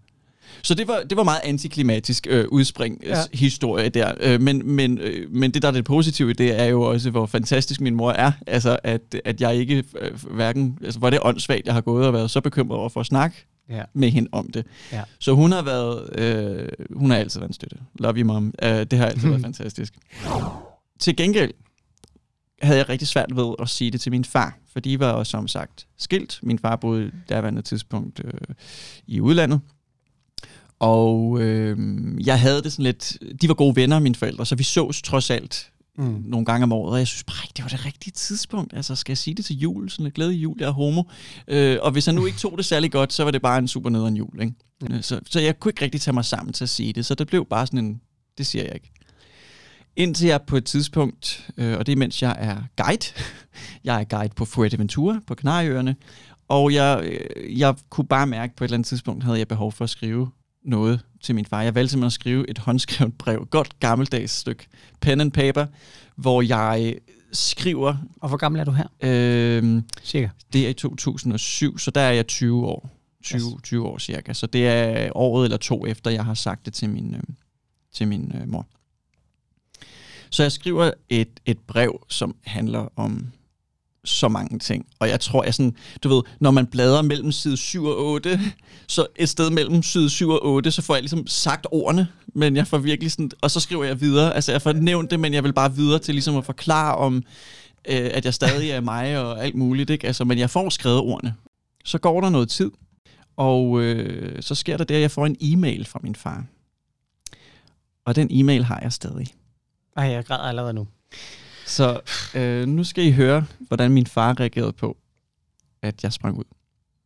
Så det var, det var meget antiklimatisk øh, udspring ja. historie der. Øh, men, men, øh, men det, der er det positive i det, er jo også, hvor fantastisk min mor er. Altså, at, at jeg ikke øh, hverken... Altså, hvor det er åndssvagt, jeg har gået og været så bekymret over for at snakke ja. med hende om det. Ja. Så hun har været... Øh, hun har altid været en støtte. Love you, mom. Uh, det har altid været fantastisk. Til gengæld havde jeg rigtig svært ved at sige det til min far, for de var også, som sagt, skilt. Min far boede derværende tidspunkt øh, i udlandet. Og øh, jeg havde det sådan lidt... De var gode venner, mine forældre, så vi sås trods alt mm. nogle gange om året, og jeg synes bare ikke, det var det rigtige tidspunkt. Altså, skal jeg sige det til jul? Sådan lidt glæde jul, jeg er homo. Øh, og hvis han nu ikke tog det særlig godt, så var det bare en super nederen jul, ikke? Mm. Så, så jeg kunne ikke rigtig tage mig sammen til at sige det, så det blev bare sådan en... Det siger jeg ikke. Indtil jeg på et tidspunkt, øh, og det er mens jeg er guide. Jeg er guide på Fuerteventura, på Kanarieøerne, og jeg, øh, jeg kunne bare mærke, på et eller andet tidspunkt havde jeg behov for at skrive noget til min far. Jeg valgte simpelthen at skrive et håndskrevet brev, godt gammeldags stykke pen and paper, hvor jeg skriver... Og hvor gammel er du her? Øh, cirka? Det er i to tusind og syv, så der er jeg tyve år. tyve, yes. tyve år cirka. Så det er året eller to efter, jeg har sagt det til min, øh, til min øh, mor. Så jeg skriver et, et brev, som handler om så mange ting. Og jeg tror, jeg sådan, du ved, når man bladrer mellem side syv og otte, så et sted mellem side syv og otte, så får jeg ligesom sagt ordene, men jeg får virkelig sådan, og så skriver jeg videre. Altså jeg får nævnt det, men jeg vil bare videre til ligesom at forklare om, øh, at jeg stadig er mig og alt muligt, ikke? Altså, men jeg får skrevet ordene. Så går der noget tid, og øh, så sker der det, at jeg får en e-mail fra min far. Og den e-mail har jeg stadig. Ej, jeg græder allerede nu. Så øh, nu skal I høre, hvordan min far reagerede på, at jeg sprang ud.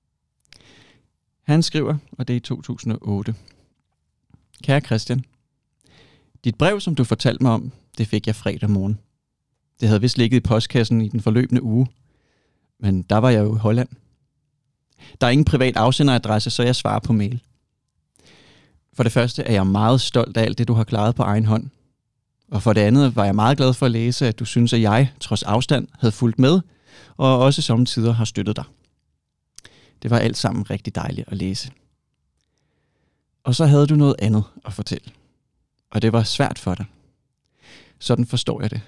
Han skriver, og det er i to tusind og otte. Kære Christian, dit brev, som du fortalte mig om, det fik jeg fredag morgen. Det havde vist ligget i postkassen i den forløbende uge, men der var jeg jo i Holland. Der er ingen privat afsenderadresse, så jeg svarer på mail. For det første er jeg meget stolt af alt det, du har klaret på egen hånd. Og for det andet var jeg meget glad for at læse, at du synes, at jeg, trods afstand, havde fulgt med, og også samtidig har støttet dig. Det var alt sammen rigtig dejligt at læse. Og så havde du noget andet at fortælle. Og det var svært for dig. Sådan forstår jeg det.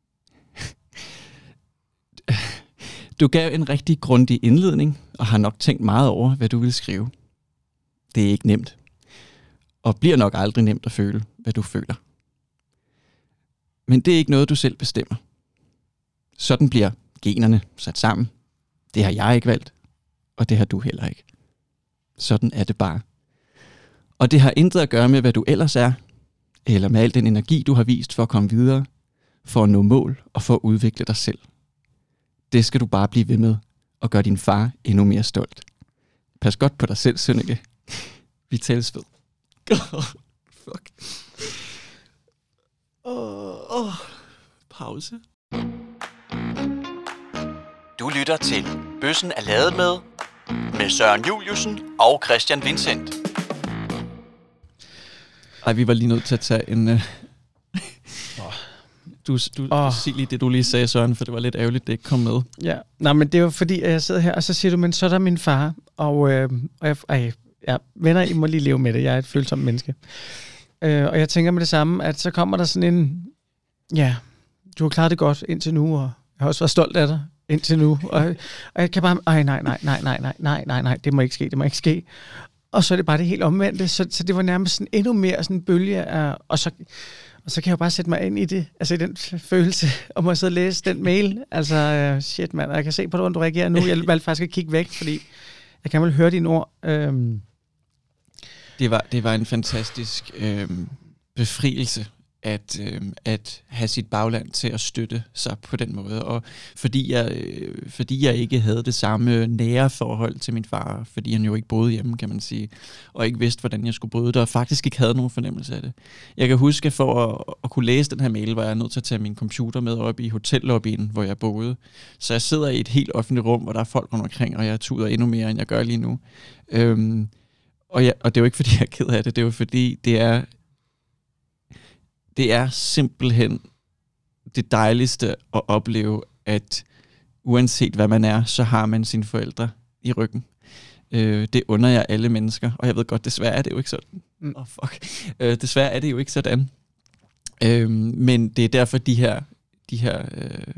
Du gav en rigtig grundig indledning, og har nok tænkt meget over, hvad du ville skrive. Det er ikke nemt. Og bliver nok aldrig nemt at føle, hvad du føler. Men det er ikke noget, du selv bestemmer. Sådan bliver generne sat sammen. Det har jeg ikke valgt, og det har du heller ikke. Sådan er det bare. Og det har intet at gøre med, hvad du ellers er, eller med al den energi, du har vist for at komme videre, for at nå mål og for at udvikle dig selv. Det skal du bare blive ved med, og gøre din far endnu mere stolt. Pas godt på dig selv, Sønneke. Vi tales ved. Oh, fuck. Åh, oh, pause. Du lytter til Bøssen er lavet med, med Søren Juliusen og Christian Vincent. Ej, vi var lige nødt til at tage en... Uh... Du, du oh. sig lige det, du lige sagde, Søren, for det var lidt ærgerligt, det ikke kom med. Ja, nej, men det er jo fordi, at jeg sidder her, og så siger du, men så er der min far, og, øh, og jeg, ej, ja, venner, I må lige leve med det, jeg er et følsomt menneske. Øh, og jeg tænker med det samme, at så kommer der sådan en, ja, du har klaret det godt indtil nu, og jeg har også været stolt af dig indtil nu, og, og jeg kan bare, ej, nej, nej, nej, nej, nej, nej, nej, nej, det må ikke ske, det må ikke ske. Og så er det bare det helt omvendte, så, så det var nærmest sådan endnu mere sådan en bølge af, og så, og så kan jeg jo bare sætte mig ind i det, altså i den følelse, om at sidde og læse den mail, altså uh, shit mand, jeg kan se på, hvordan du reagerer nu, jeg valgte faktisk at kigge væk, fordi jeg kan vel høre dine ord. Øhm. Det var, det var en fantastisk øh, befrielse, at, øh, at have sit bagland til at støtte sig på den måde. Og fordi jeg, øh, fordi jeg ikke havde det samme nære forhold til min far, fordi han jo ikke boede hjemme, kan man sige, og ikke vidste, hvordan jeg skulle bryde det, og faktisk ikke havde nogen fornemmelse af det. Jeg kan huske, at for at, at kunne læse den her mail, var jeg nødt til at tage min computer med op i hotellobbyen, hvor jeg boede. Så jeg sidder i et helt offentligt rum, hvor der er folk rundt omkring, og jeg tuder endnu mere, end jeg gør lige nu. Øhm, og, ja, og det er jo ikke, fordi jeg er ked af det, det er jo fordi, det er Det er simpelthen det dejligste at opleve, at uanset hvad man er, så har man sine forældre i ryggen. Øh, det under jeg alle mennesker, og jeg ved godt, desværre er det jo ikke sådan. Mm. Oh, fuck. Øh, desværre er det jo ikke sådan. Øh, men det er derfor, de her, de her, øh,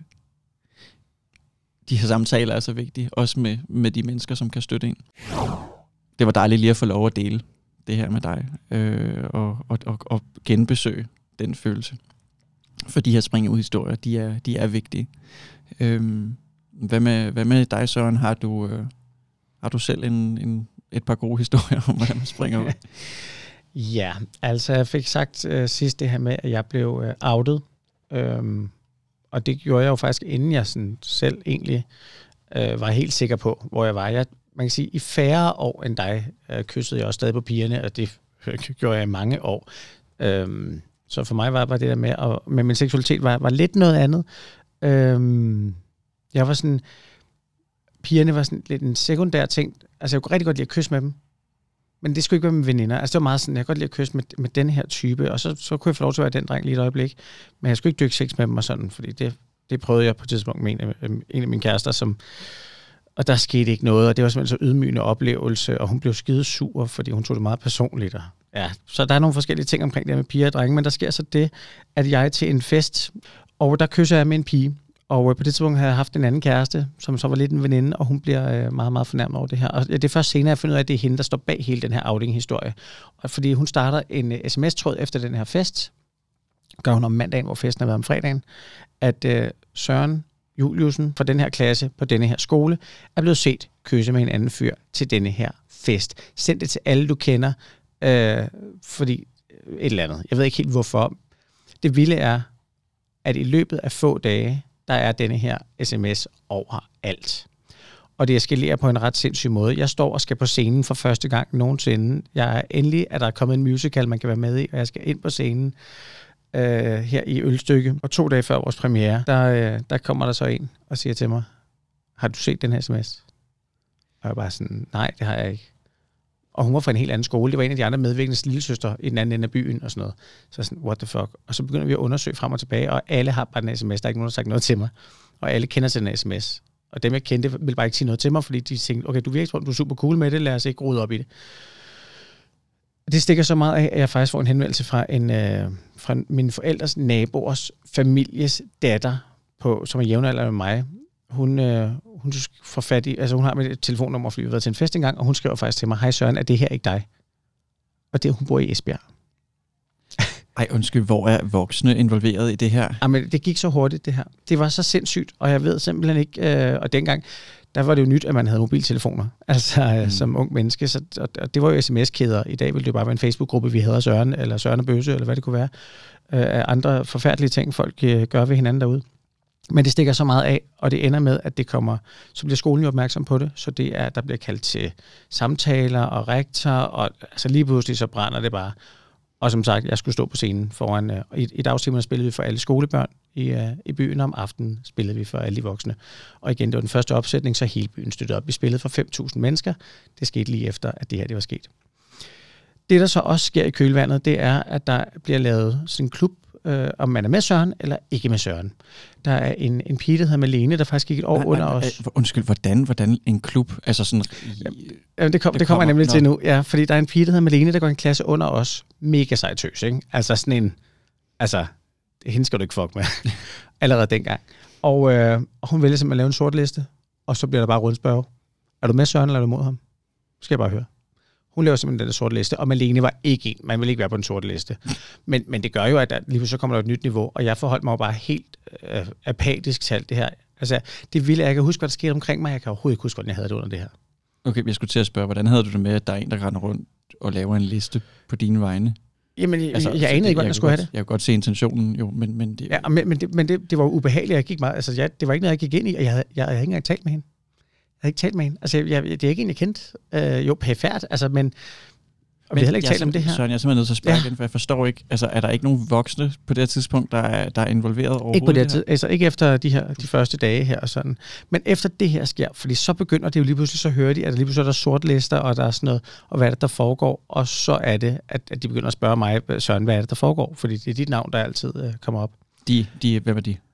de her samtaler er så vigtige, også med, med de mennesker, som kan støtte en. Det var dejligt lige at få lov at dele det her med dig, øh, og, og, og, og genbesøge den følelse. For de her spring ud historier, de er, de er vigtige. Øh, hvad, med, hvad med dig, Søren? Har du... Øh, Har du selv en, en, et par gode historier om, hvordan man springer ud? Ja, altså jeg fik sagt øh, sidst det her med, at jeg blev øh, outet. Øhm, og det gjorde jeg jo faktisk, inden jeg sådan selv egentlig øh, var helt sikker på, hvor jeg var. Jeg, man kan sige, i færre år end dig øh, kyssede jeg også stadig på pigerne, og det øh, gjorde jeg i mange år. Øhm, så for mig var, var det der med, at, med min seksualitet var, var lidt noget andet. Øhm, jeg var sådan... Pigerne var sådan lidt en sekundær ting. Altså, jeg kunne rigtig godt lide at kysse med dem. Men det skulle ikke være med veninder. Altså, det var meget sådan, jeg kunne godt lide at kysse med, med den her type. Og så, så kunne jeg få lov til at være den dreng lige et øjeblik. Men jeg skulle ikke dykke sex med dem og sådan, fordi det, det prøvede jeg på et tidspunkt med en af, en af mine kærester, som... Og der skete ikke noget, og det var simpelthen så ydmygende oplevelse, og hun blev skide sur, fordi hun tog det meget personligt. Og ja, så der er nogle forskellige ting omkring det her med piger og drenge, men der sker så det, at jeg er til en fest, og der kysser jeg med en pige. Og på det tidspunkt havde jeg haft en anden kæreste, som så var lidt en veninde, og hun bliver meget, meget fornærmet over det her. Og det er først senere, jeg finder ud af, at det er hende, der står bag hele den her outing-historie. Fordi hun starter en sms-tråd efter den her fest, gør hun om mandagen, hvor festen har været om fredagen, at øh, Søren Juliusen fra den her klasse på denne her skole er blevet set kysse med en anden fyr til denne her fest. Send det til alle, du kender, øh, fordi et eller andet. Jeg ved ikke helt, hvorfor. Det vilde er, at i løbet af få dage, der er denne her sms overalt. Og det eskalerer på en ret sindssyg måde. Jeg står og skal på scenen for første gang nogensinde. Jeg er endelig, at der er kommet en musical, man kan være med i, og jeg skal ind på scenen øh, her i Ølstykke. Og to dage før vores premiere, der, øh, der kommer der så en og siger til mig, har du set den her sms? Og jeg er bare sådan, nej, det har jeg ikke. Og hun var fra en helt anden skole. Det var en af de andre medvirkendes lillesøster i den anden ende af byen og sådan noget. Så sådan, what the fuck? Og så begynder vi at undersøge frem og tilbage, og alle har bare den sms. Der er ikke nogen, der har sagt noget til mig. Og alle kender til den sms. Og dem, jeg kendte, ville bare ikke sige noget til mig, fordi de tænkte, okay, du virker som om, du er super cool med det, lad os ikke rode op i det. Det stikker så meget af, at jeg faktisk får en henvendelse fra, en, øh, fra mine forældres naboers families datter, på, som er jævnaldrende med mig. Hun, øh, hun får fat i, altså hun har mit telefonnummer, fordi vi har været til en fest engang, og hun skriver faktisk til mig, hej Søren, er det her ikke dig? Og det, hun bor i Esbjerg. Ej, undskyld, hvor er voksne involveret i det her? Jamen, det gik så hurtigt, det her. Det var så sindssygt, og jeg ved simpelthen ikke, øh, og dengang, der var det jo nyt, at man havde mobiltelefoner, altså mm. som ung menneske, så, og, og det var jo sms-kæder. I dag ville det jo bare være en Facebook-gruppe, vi havde Søren, eller Søren og Bøsse, eller hvad det kunne være, øh, af andre forfærdelige ting, folk øh, gør ved hinanden derude. Men det stikker så meget af, og det ender med, at det kommer, så bliver skolen jo opmærksom på det, så det er, der bliver kaldt til samtaler og rektor, og altså lige pludselig så brænder det bare. Og som sagt, jeg skulle stå på scenen foran, uh, i, i dagstimerne spillede vi for alle skolebørn i, uh, i byen, og om aftenen spillede vi for alle de voksne. Og igen, det var den første opsætning, så hele byen støttede op. Vi spillede for fem tusind mennesker. Det skete lige efter, at det her det var sket. Det, der så også sker i kølvandet, det er, at der bliver lavet sådan en klub, øh, om man er med Søren eller ikke med Søren. Der er en, en pige, der hedder Malene, der faktisk gik et år nej, under nej, os. Undskyld, hvordan, hvordan en klub? Altså sådan, ja, det, kom, det, det kommer jeg nemlig til nu, ja, fordi der er en pige, der hedder Malene, der går en klasse under os. Mega sejtøs, ikke? Altså sådan en, altså, hende skal du ikke fuck med. Allerede dengang. Og øh, hun vælger simpelthen at lave en sort liste, og så bliver der bare rundspørg. Er du med Søren, eller er du mod ham? Skal jeg bare høre. Hun laver simpelthen den der sorte liste, og Malene var ikke en. Man vil ikke være på den sorte liste. Men, men det gør jo, at der, lige så kommer der et nyt niveau, og jeg forholdt mig jo bare helt øh, apatisk til alt det her. Altså, det ville jeg kan huske, hvad der skete omkring mig. Jeg kan overhovedet ikke huske, hvordan jeg havde det under det her. Okay, jeg skulle til at spørge, hvordan havde du det med, at der er en, der render rundt og laver en liste på dine vegne? Jamen, jeg, altså, jeg, jeg anede ikke, hvordan jeg skulle godt, have det. Jeg kunne godt se intentionen, jo, men... men det, ja, men, men, det, men det, det var ubehageligt, jeg gik meget... Altså, jeg, det var ikke noget, jeg gik ind i, og jeg havde, jeg havde ikke engang talt med hende. Jeg havde ikke talt med hende. Altså, jeg, det er ikke en, jeg kendte. Øh, jo, pæfærd, altså, men... Og vi har heller ikke talt om det her. Søren, jeg er simpelthen nødt til at spørge ja. igen, for jeg forstår ikke, altså er der ikke nogen voksne på det her tidspunkt, der er, der er involveret overhovedet? Ikke på det her tid, altså ikke efter de her de første dage her og sådan. Men efter det her sker, fordi så begynder det jo lige pludselig, så hører de, at der lige pludselig er der sortlister, og der er sådan noget, og hvad er det, der foregår? Og så er det, at, at de begynder at spørge mig, Søren, hvad er det, der foregår? Fordi det er dit navn, der altid øh, kommer op. De, de, hvem er de?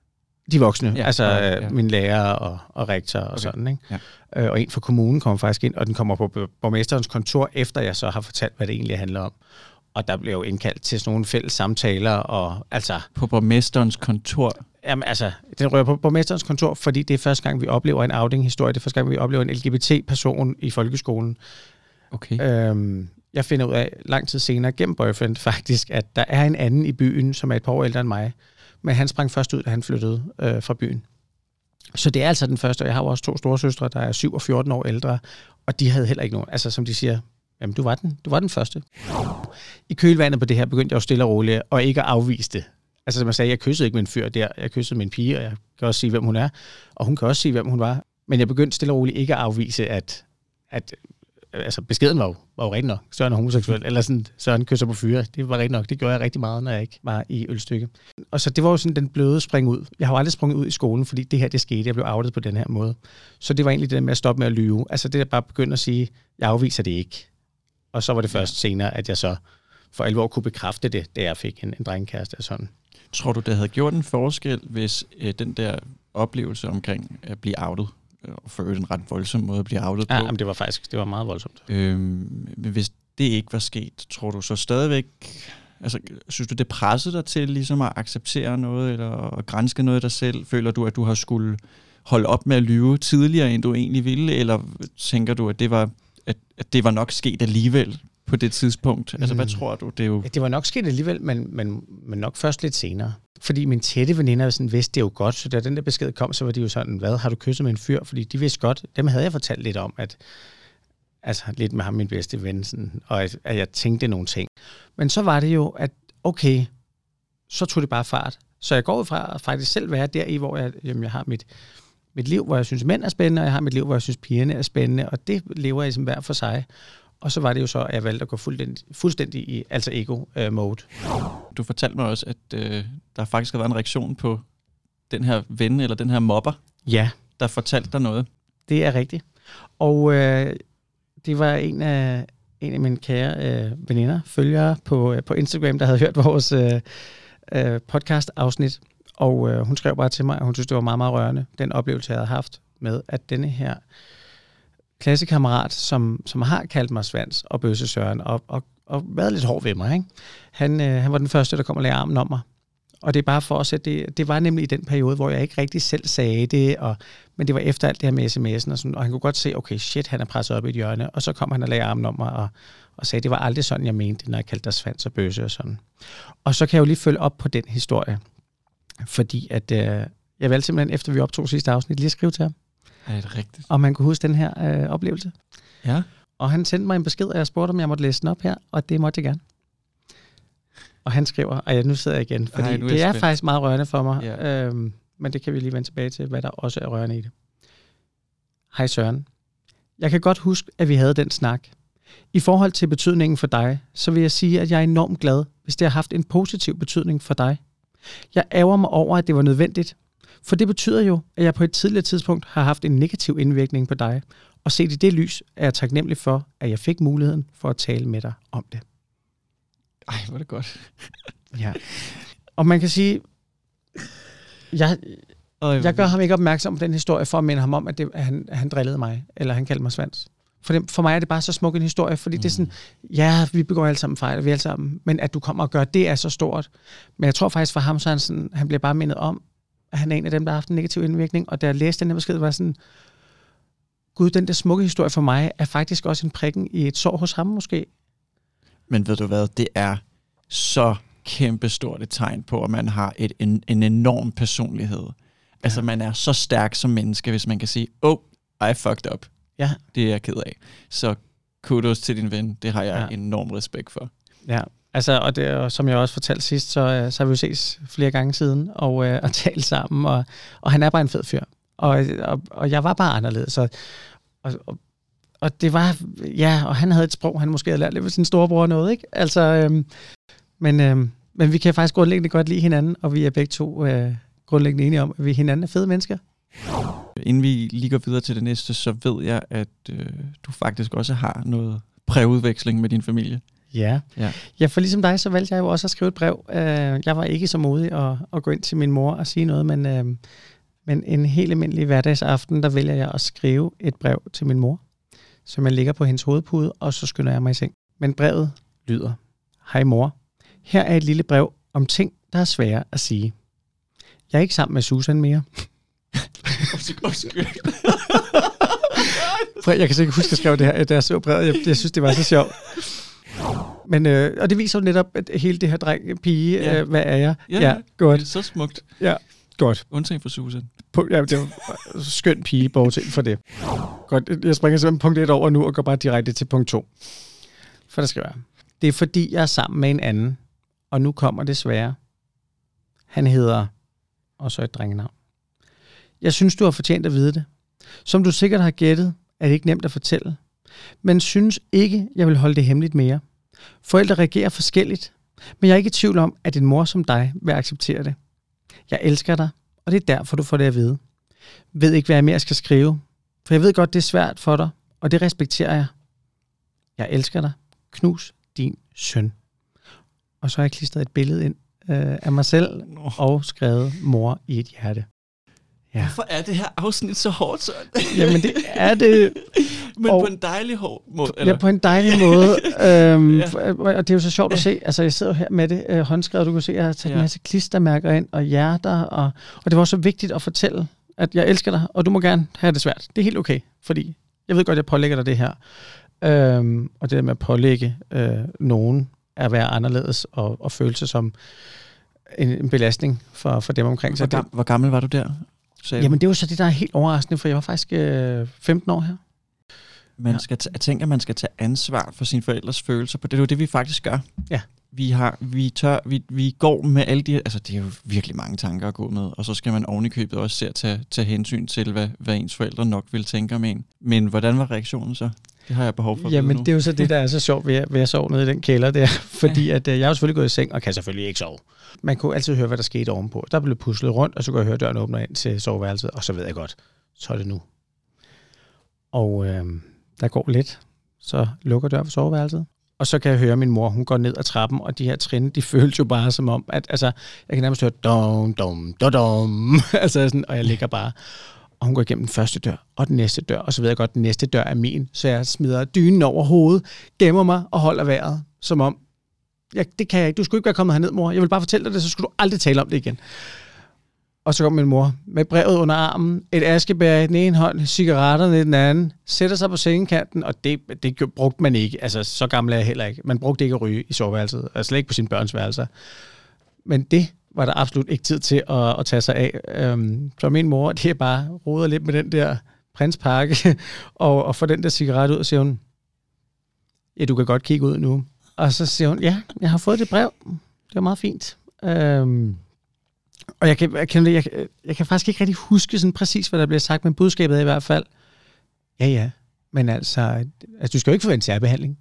De voksne, ja, altså ja, ja. min lærer og, og rektor og okay. sådan, ikke? Ja. Øh, og en fra kommunen kommer faktisk ind, og den kommer på borgmesterens kontor, efter jeg så har fortalt, hvad det egentlig handler om. Og der blev jo indkaldt til sådan nogle fælles samtaler, og altså... På borgmesterens kontor? Jamen altså, den rører på borgmesterens kontor, fordi det er første gang, vi oplever en outing-historie. Det er første gang, vi oplever en L G B T-person i folkeskolen. Okay. Øhm, jeg finder ud af lang tid senere, gennem Boyfriend faktisk, at der er en anden i byen, som er et par år ældre end mig. Men han sprang først ud, da han flyttede øh, fra byen. Så det er altså den første, og jeg har også to store søstre, der er syv og fjorten år ældre, og de havde heller ikke nogen, altså som de siger, jamen du var den, du var den første. I kølvandet på det her begyndte jeg jo stille og roligt, og ikke at afvise det. Altså som jeg sagde, jeg kyssede ikke min fyr der, jeg kyssede min pige, og jeg kan også sige, hvem hun er, og hun kan også sige, hvem hun var. Men jeg begyndte stille og roligt ikke at afvise, at, at altså beskeden var jo, var jo rigtig nok, Søren er homoseksuel, eller sådan, Søren kysser på fyre, det var rigtig nok, det gjorde jeg rigtig meget, når jeg ikke var i Ølstykke. Og så det var jo sådan den bløde spring ud. Jeg har jo aldrig sprunget ud i skolen, fordi det her, det skete, jeg blev outet på den her måde. Så det var egentlig det med at stoppe med at lyve. Altså det der bare begyndte at sige, jeg afviser det ikke. Og så var det først senere, at jeg så for alvor kunne bekræfte det, da jeg fik en, en drengekæreste og sådan. Tror du, det havde gjort en forskel, hvis øh, den der oplevelse omkring at blive outet, og for en ret voldsom måde at blive outet ja, på? Jamen, det var faktisk det var meget voldsomt. Øhm, hvis det ikke var sket, tror du så stadigvæk, altså synes du, det pressede dig til ligesom at acceptere noget, eller at granske noget af dig selv? Føler du, at du har skulle holde op med at lyve tidligere, end du egentlig ville, eller tænker du, at det var, at, at det var nok sket alligevel på det tidspunkt? Altså, hvad tror du? Det er jo... Det var nok sket alligevel, men, men, men nok først lidt senere. Fordi mine tætte veninder sådan, vidste det jo godt, så da den der besked kom, så var de jo sådan, hvad, har du kysset med en fyr? Fordi de vidste godt, dem havde jeg fortalt lidt om, at altså lidt med ham, min bedste ven, sådan, og at, at jeg tænkte nogle ting. Men så var det jo, at okay, så tog det bare fart. Så jeg går ud fra at faktisk selv være der i, hvor jeg, jamen, jeg har mit, mit liv, hvor jeg synes, mænd er spændende, og jeg har mit liv, hvor jeg synes, pigerne er spændende, og det lever jeg som hver for sig. Og så var det jo så, at jeg valgte at gå fuldstændig, fuldstændig i alter ego-mode. Du fortalte mig også, at øh, der faktisk har været en reaktion på den her ven, eller den her mobber, ja, der fortalte dig noget. Det er rigtigt. Og øh, det var en af, en af mine kære øh, veninder, følgere på, øh, på Instagram, der havde hørt vores øh, øh, podcast-afsnit. Og øh, hun skrev bare til mig, at hun synes, det var meget, meget rørende, den oplevelse, jeg havde haft med, at denne her klassekammerat, som, som har kaldt mig Svans og Bøsse Søren, og, og, og været lidt hård ved mig, ikke? Han, øh, han var den første, der kom og lagde armen om mig. Og det er bare for os, at det, det var nemlig i den periode, hvor jeg ikke rigtig selv sagde det, og, men det var efter alt det her med sms'en, og, sådan, og han kunne godt se, okay, shit, han er presset op i et hjørne, og så kom han og lagde armen om mig, og, og sagde, det var aldrig sådan, jeg mente, når jeg kaldte dig Svans og Bøsse og sådan. Og så kan jeg jo lige følge op på den historie, fordi at, øh, jeg valgte simpelthen, efter vi optog sidste afsnit, lige at skrive til ham. Er det rigtigt? Og man kunne huske den her øh, oplevelse. Ja. Og han sendte mig en besked, og jeg spurgte, om jeg måtte læse den op her, og det måtte jeg gerne. Og han skriver, og jeg, nu sidder jeg igen, fordi Ej, det er spændt. Faktisk meget rørende for mig, ja. øhm, men det kan vi lige vende tilbage til, hvad der også er rørende i det. Hej Søren. Jeg kan godt huske, at vi havde den snak. I forhold til betydningen for dig, så vil jeg sige, at jeg er enormt glad, hvis det har haft en positiv betydning for dig. Jeg ærger mig over, at det var nødvendigt, for det betyder jo, at jeg på et tidligere tidspunkt har haft en negativ indvirkning på dig, og set i det lys er jeg taknemmelig for, at jeg fik muligheden for at tale med dig om det. Ej, hvor er det godt. Ja. Og man kan sige, jeg, jeg gør ham ikke opmærksom på den historie, for at minde ham om, at, det, at, han, at han drillede mig, eller han kaldte mig Svans. For, det, for mig er det bare så smuk en historie, fordi mm. det er sådan, ja, vi begår alle sammen fejl, vi alle sammen, men at du kommer og gør det er så stort. Men jeg tror faktisk for ham, så han, sådan, han bliver bare mindet om, at han er en af dem, der har haft en negativ indvirkning, og da jeg læste den her besked, var sådan, gud, den der smukke historie for mig, er faktisk også en prikken i et sår hos ham måske. Men ved du hvad, det er så kæmpestort et tegn på, at man har et, en, en enorm personlighed. Ja. Altså, man er så stærk som menneske, hvis man kan sige, oh, I fucked up. Ja. Det er jeg ked af. Så kudos til din ven, det har jeg ja. enorm respekt for. Ja, altså, og det, og som jeg også fortalte sidst, så, så har vi jo ses flere gange siden, og, øh, og talt sammen, og, og han er bare en fed fyr. Og, og, og jeg var bare anderledes, og, og, og Og det var, ja, og han havde et sprog, han måske havde lært lidt ved sin storebror noget, ikke? Altså, øhm, men, øhm, men vi kan faktisk grundlæggende godt lide hinanden, og vi er begge to øh, grundlæggende enige om, at vi hinanden er fede mennesker. Inden vi lige går videre til det næste, så ved jeg, at øh, du faktisk også har noget præudveksling med din familie. Ja. ja, ja, for ligesom dig, så valgte jeg jo også at skrive et brev. Jeg var ikke så modig at, at gå ind til min mor og sige noget, men, men en helt almindelig hverdagsaften, der vælger jeg at skrive et brev til min mor, som jeg ligger på hendes hovedpude, og så skynder jeg mig i seng. Men brevet lyder: Hej mor, her er et lille brev om ting, der er svære at sige. Jeg er ikke sammen med Susan mere. Jeg kan sikkert huske, at jeg skrev det her, da jeg så brevet. Jeg, jeg synes, det var så sjovt. Men, øh, og det viser jo netop, at hele det her dreng, pige, ja. øh, hvad er jeg? Ja, ja, godt. Det er så smukt. Ja, godt. Undtagen for Susan. Ja, det var skøn pige, bortset for det. Godt, jeg springer simpelthen punkt et over nu, og går bare direkte til punkt to. For der skal være. Det er fordi, jeg er sammen med en anden, og nu kommer det svære. Han hedder, og så et drengenavn. Jeg synes, du har fortjent at vide det. Som du sikkert har gættet, er det ikke nemt at fortælle. Men synes ikke, jeg vil holde det hemmeligt mere. Forældre reagerer forskelligt, men jeg er ikke i tvivl om, at en mor som dig vil acceptere det. Jeg elsker dig, og det er derfor, du får det at vide. Ved ikke, hvad jeg mere skal skrive, for jeg ved godt, det er svært for dig, og det respekterer jeg. Jeg elsker dig. Knus din søn. Og så har jeg klistret et billede ind øh, af mig selv og skrevet mor i et hjerte. Ja. Hvorfor er det her afsnit så hårdt, så? Jamen, det er det. Men og, på en dejlig hård måde. Eller? Ja, på en dejlig måde. øhm, ja. Og det er jo så sjovt at se. Altså, jeg sidder her med det øh, håndskrevet. Du kan se, at jeg har taget ja. en masse klistermærker ind og hjerter. Og, og det var så vigtigt at fortælle, at jeg elsker dig, og du må gerne have det svært. Det er helt okay, fordi jeg ved godt, at jeg pålægger dig det her. Øhm, og det der med at pålægge øh, nogen at være anderledes og, og føle sig som en, en belastning for, for dem omkring sig. Hvor, hvor gammel var du der? Jamen det er jo så det, der er helt overraskende, for jeg var faktisk øh, femten år her. Man skal t- jeg tænker, at man skal tage ansvar for sine forældres følelser, på det er jo det, vi faktisk gør. Ja. Vi, har, vi, tør, vi, vi går med alle de, altså det er jo virkelig mange tanker at gå med, og så skal man oven i købet også se at tage, tage hensyn til, hvad, hvad ens forældre nok vil tænke om en. Men hvordan var reaktionen så? Det har jeg behov for at Jamen nu. det er jo så det, der er så sjovt ved at, ved at sove nede i den kælder der, fordi at, øh, jeg har selvfølgelig gået i seng, og kan selvfølgelig ikke sove. Man kunne altid høre, hvad der skete ovenpå. Der blev puslet rundt, og så kunne jeg høre døren åbner ind til soveværelset, og så ved jeg godt, så er det nu. Og øh, der går lidt, så lukker døren for soveværelset, og så kan jeg høre min mor, hun går ned ad trappen, og de her trin, de føles jo bare som om, at altså, jeg kan nærmest høre dum, dum, dum, dum, altså sådan, og jeg ligger bare. Og hun går igennem den første dør, og den næste dør, og så ved jeg godt, at den næste dør er min, så jeg smider dynen over hovedet, gemmer mig og holder vejret, som om, jeg, det kan jeg ikke, du skulle ikke være kommet herned, mor, jeg vil bare fortælle dig det, så skulle du aldrig tale om det igen. Og så kommer min mor med brevet under armen, et askebær i den ene hånd, cigaretterne i den anden, sætter sig på sengekanten, og det, det brugte man ikke, altså så gammel er jeg heller ikke, man brugte ikke at ryge i soveværelset, altså slet ikke på sine børns værelser. Men det var der absolut ikke tid til at, at tage sig af. Øhm, så min mor, det er bare roder lidt med den der prinspakke, og, og får den der cigaret ud, og siger hun, ja, du kan godt kigge ud nu. Og så siger hun, ja, jeg har fået det brev. Det var meget fint. Øhm, og jeg kan, jeg, kan, jeg, jeg kan faktisk ikke rigtig huske sådan præcis, hvad der bliver sagt, men budskabet er i hvert fald, ja, ja, men altså, altså du skal jo ikke forvente særbehandling.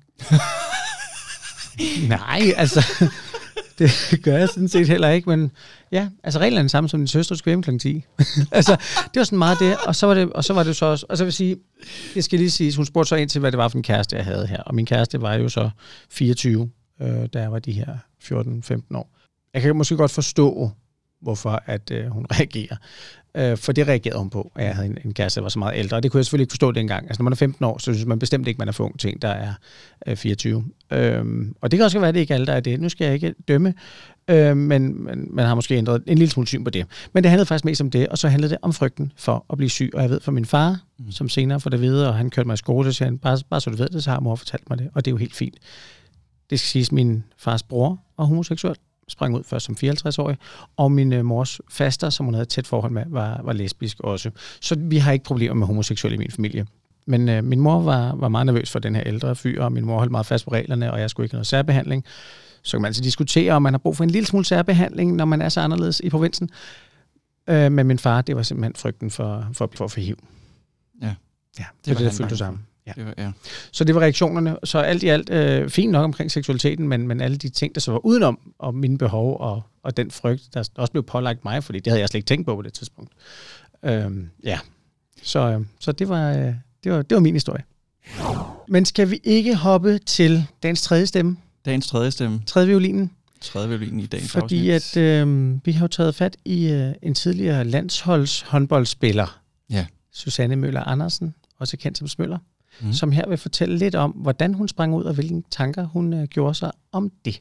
Nej, altså... Det gør jeg sådan set heller ikke, men ja, altså reglerne er den samme som din søster, du skulle hjem klokken ti. Altså, det var sådan meget det, og så var det, og så var det så også, og så vil sige, jeg skal lige sige, hun spurgte så ind til, hvad det var for en kæreste, jeg havde her, og min kæreste var jo så fireogtyve, øh, da jeg var de her fjorten femten år. Jeg kan måske godt forstå, hvorfor at øh, hun reagerer, øh, for det reagerede hun på, at jeg havde en, en kæreste, der var så meget ældre, og det kunne jeg selvfølgelig ikke forstå dengang. Altså, når man er femten år, så synes man bestemt ikke, man er for ung til en, der er øh, fireogtyve. Øhm, og det kan også være, at det ikke alle, der er det. Nu skal jeg ikke dømme, øh, men, men man har måske ændret en lille smule syn på det. Men det handlede faktisk mest om det, og så handlede det om frygten for at blive syg. Og jeg ved fra min far, mm. som senere får det videre, og han kørte mig i skole, så siger han, bare, bare så du ved det, så har mor fortalt mig det, og det er jo helt fint. Det skal siges, min fars bror var homoseksuel, sprang ud først som fireoghalvtreds-årig, og min øh, mors faster, som hun havde et tæt forhold med, var, var lesbisk også. Så vi har ikke problemer med homoseksuelle i min familie. Men øh, min mor var, var meget nervøs for den her ældre fyr, og min mor holdt meget fast på reglerne, og jeg skulle ikke have noget særbehandling. Så kan man altså diskutere, om man har brug for en lille smule særbehandling, når man er så anderledes i provinsen. Øh, men min far, det var simpelthen frygten for, for, for at få H I V. Ja, ja det, det var det, der fyldte sammen. Ja. Det var, ja. Så det var reaktionerne. Så alt i alt øh, fint nok omkring seksualiteten, men, men alle de ting, der så var udenom, og mine behov, og, og den frygt, der også blev pålagt mig, fordi det havde jeg slet ikke tænkt på på det tidspunkt. Øhm, ja, så, øh, så det, var, øh, det, var, det var min historie. Men skal vi ikke hoppe til dagens tredje stemme? Dagens tredje stemme. Tredje violinen. Tredje violinen i dagens Fordi afsnit. at øh, vi har jo taget fat i øh, en tidligere landsholds håndboldspiller, Ja. Susanne Møller Andersen, også kendt som Smøller, Mm. som her vil fortælle lidt om, hvordan hun sprang ud og hvilke tanker hun øh, gjorde sig om det.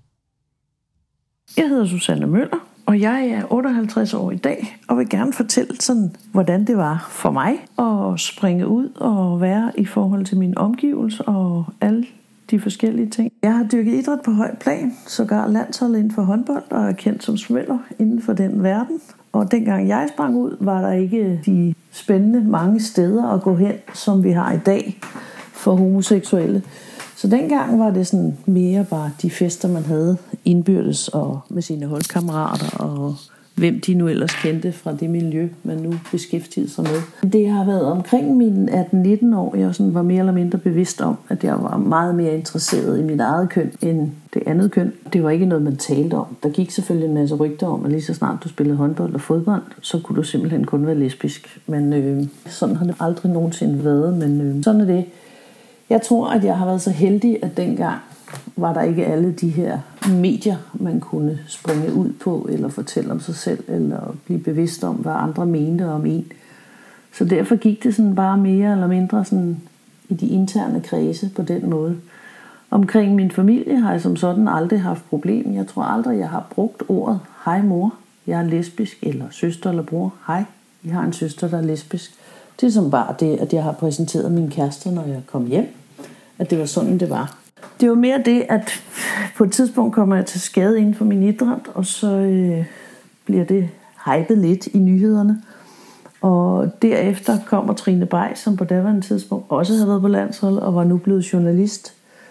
Jeg hedder Susanne Møller, og jeg er otteoghalvtreds år i dag, og vil gerne fortælle sådan, hvordan det var for mig at springe ud og være i forhold til min omgivelse og alle de forskellige ting. Jeg har dyrket idræt på højt plan, sågar landsholdet inden for håndbold, og er kendt som Smøller inden for den verden. Og dengang jeg sprang ud, var der ikke de spændende mange steder at gå hen, som vi har i dag for homoseksuelle. Så dengang var det sådan mere bare de fester, man havde indbyrdes og med sine holdkammerater, og hvem de nu ellers kendte fra det miljø, man nu beskæftigede sig med. Det har været omkring mine atten nitten år, jeg sådan var mere eller mindre bevidst om, at jeg var meget mere interesseret i mit eget køn end det andet køn. Det var ikke noget, man talte om. Der gik selvfølgelig en masse rygter om, at lige så snart du spillede håndbold og fodbold, så kunne du simpelthen kun være lesbisk. Men øh, sådan har det aldrig nogensinde været, men øh, sådan er det. Jeg tror, at jeg har været så heldig, at dengang var der ikke alle de her medier, man kunne springe ud på, eller fortælle om sig selv, eller blive bevidst om, hvad andre mente om en. Så derfor gik det sådan bare mere eller mindre sådan i de interne kredse på den måde. Omkring min familie har jeg som sådan aldrig haft problem. Jeg tror aldrig, jeg har brugt ordet, hej mor, jeg er lesbisk, eller søster eller bror, hej, jeg har en søster, der er lesbisk. Det er som bare det, at jeg har præsenteret min kæreste, når jeg kom hjem, at det var sådan, det var. Det var mere det, at på et tidspunkt kommer jeg til skade inden for min idræt, og så øh, bliver det hypet lidt i nyhederne. Og derefter kommer Trine Bej, som på daværende tidspunkt også havde været på landsholdet, og var nu blevet journalist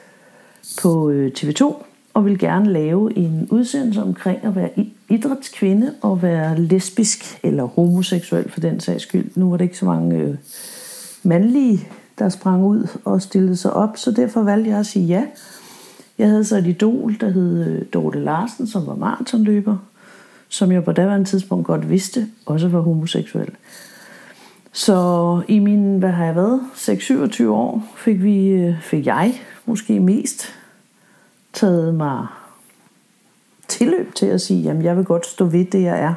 på øh, T V to, og ville gerne lave en udsendelse omkring at være idrætskvinde og være lesbisk eller homoseksuel for den sags skyld. Nu var det ikke så mange øh, mandlige, der sprang ud og stillede sig op, så derfor valgte jeg at sige ja. Jeg havde så et idol, der hed Dorte Larsen, som var maratonløber, som jeg på daværende tidspunkt godt vidste, også var homoseksuel. Så i mine, hvad har jeg været, seks syvogtyve år, fik, vi, fik jeg måske mest taget mig tilløb til at sige, jamen jeg vil godt stå ved det, jeg er.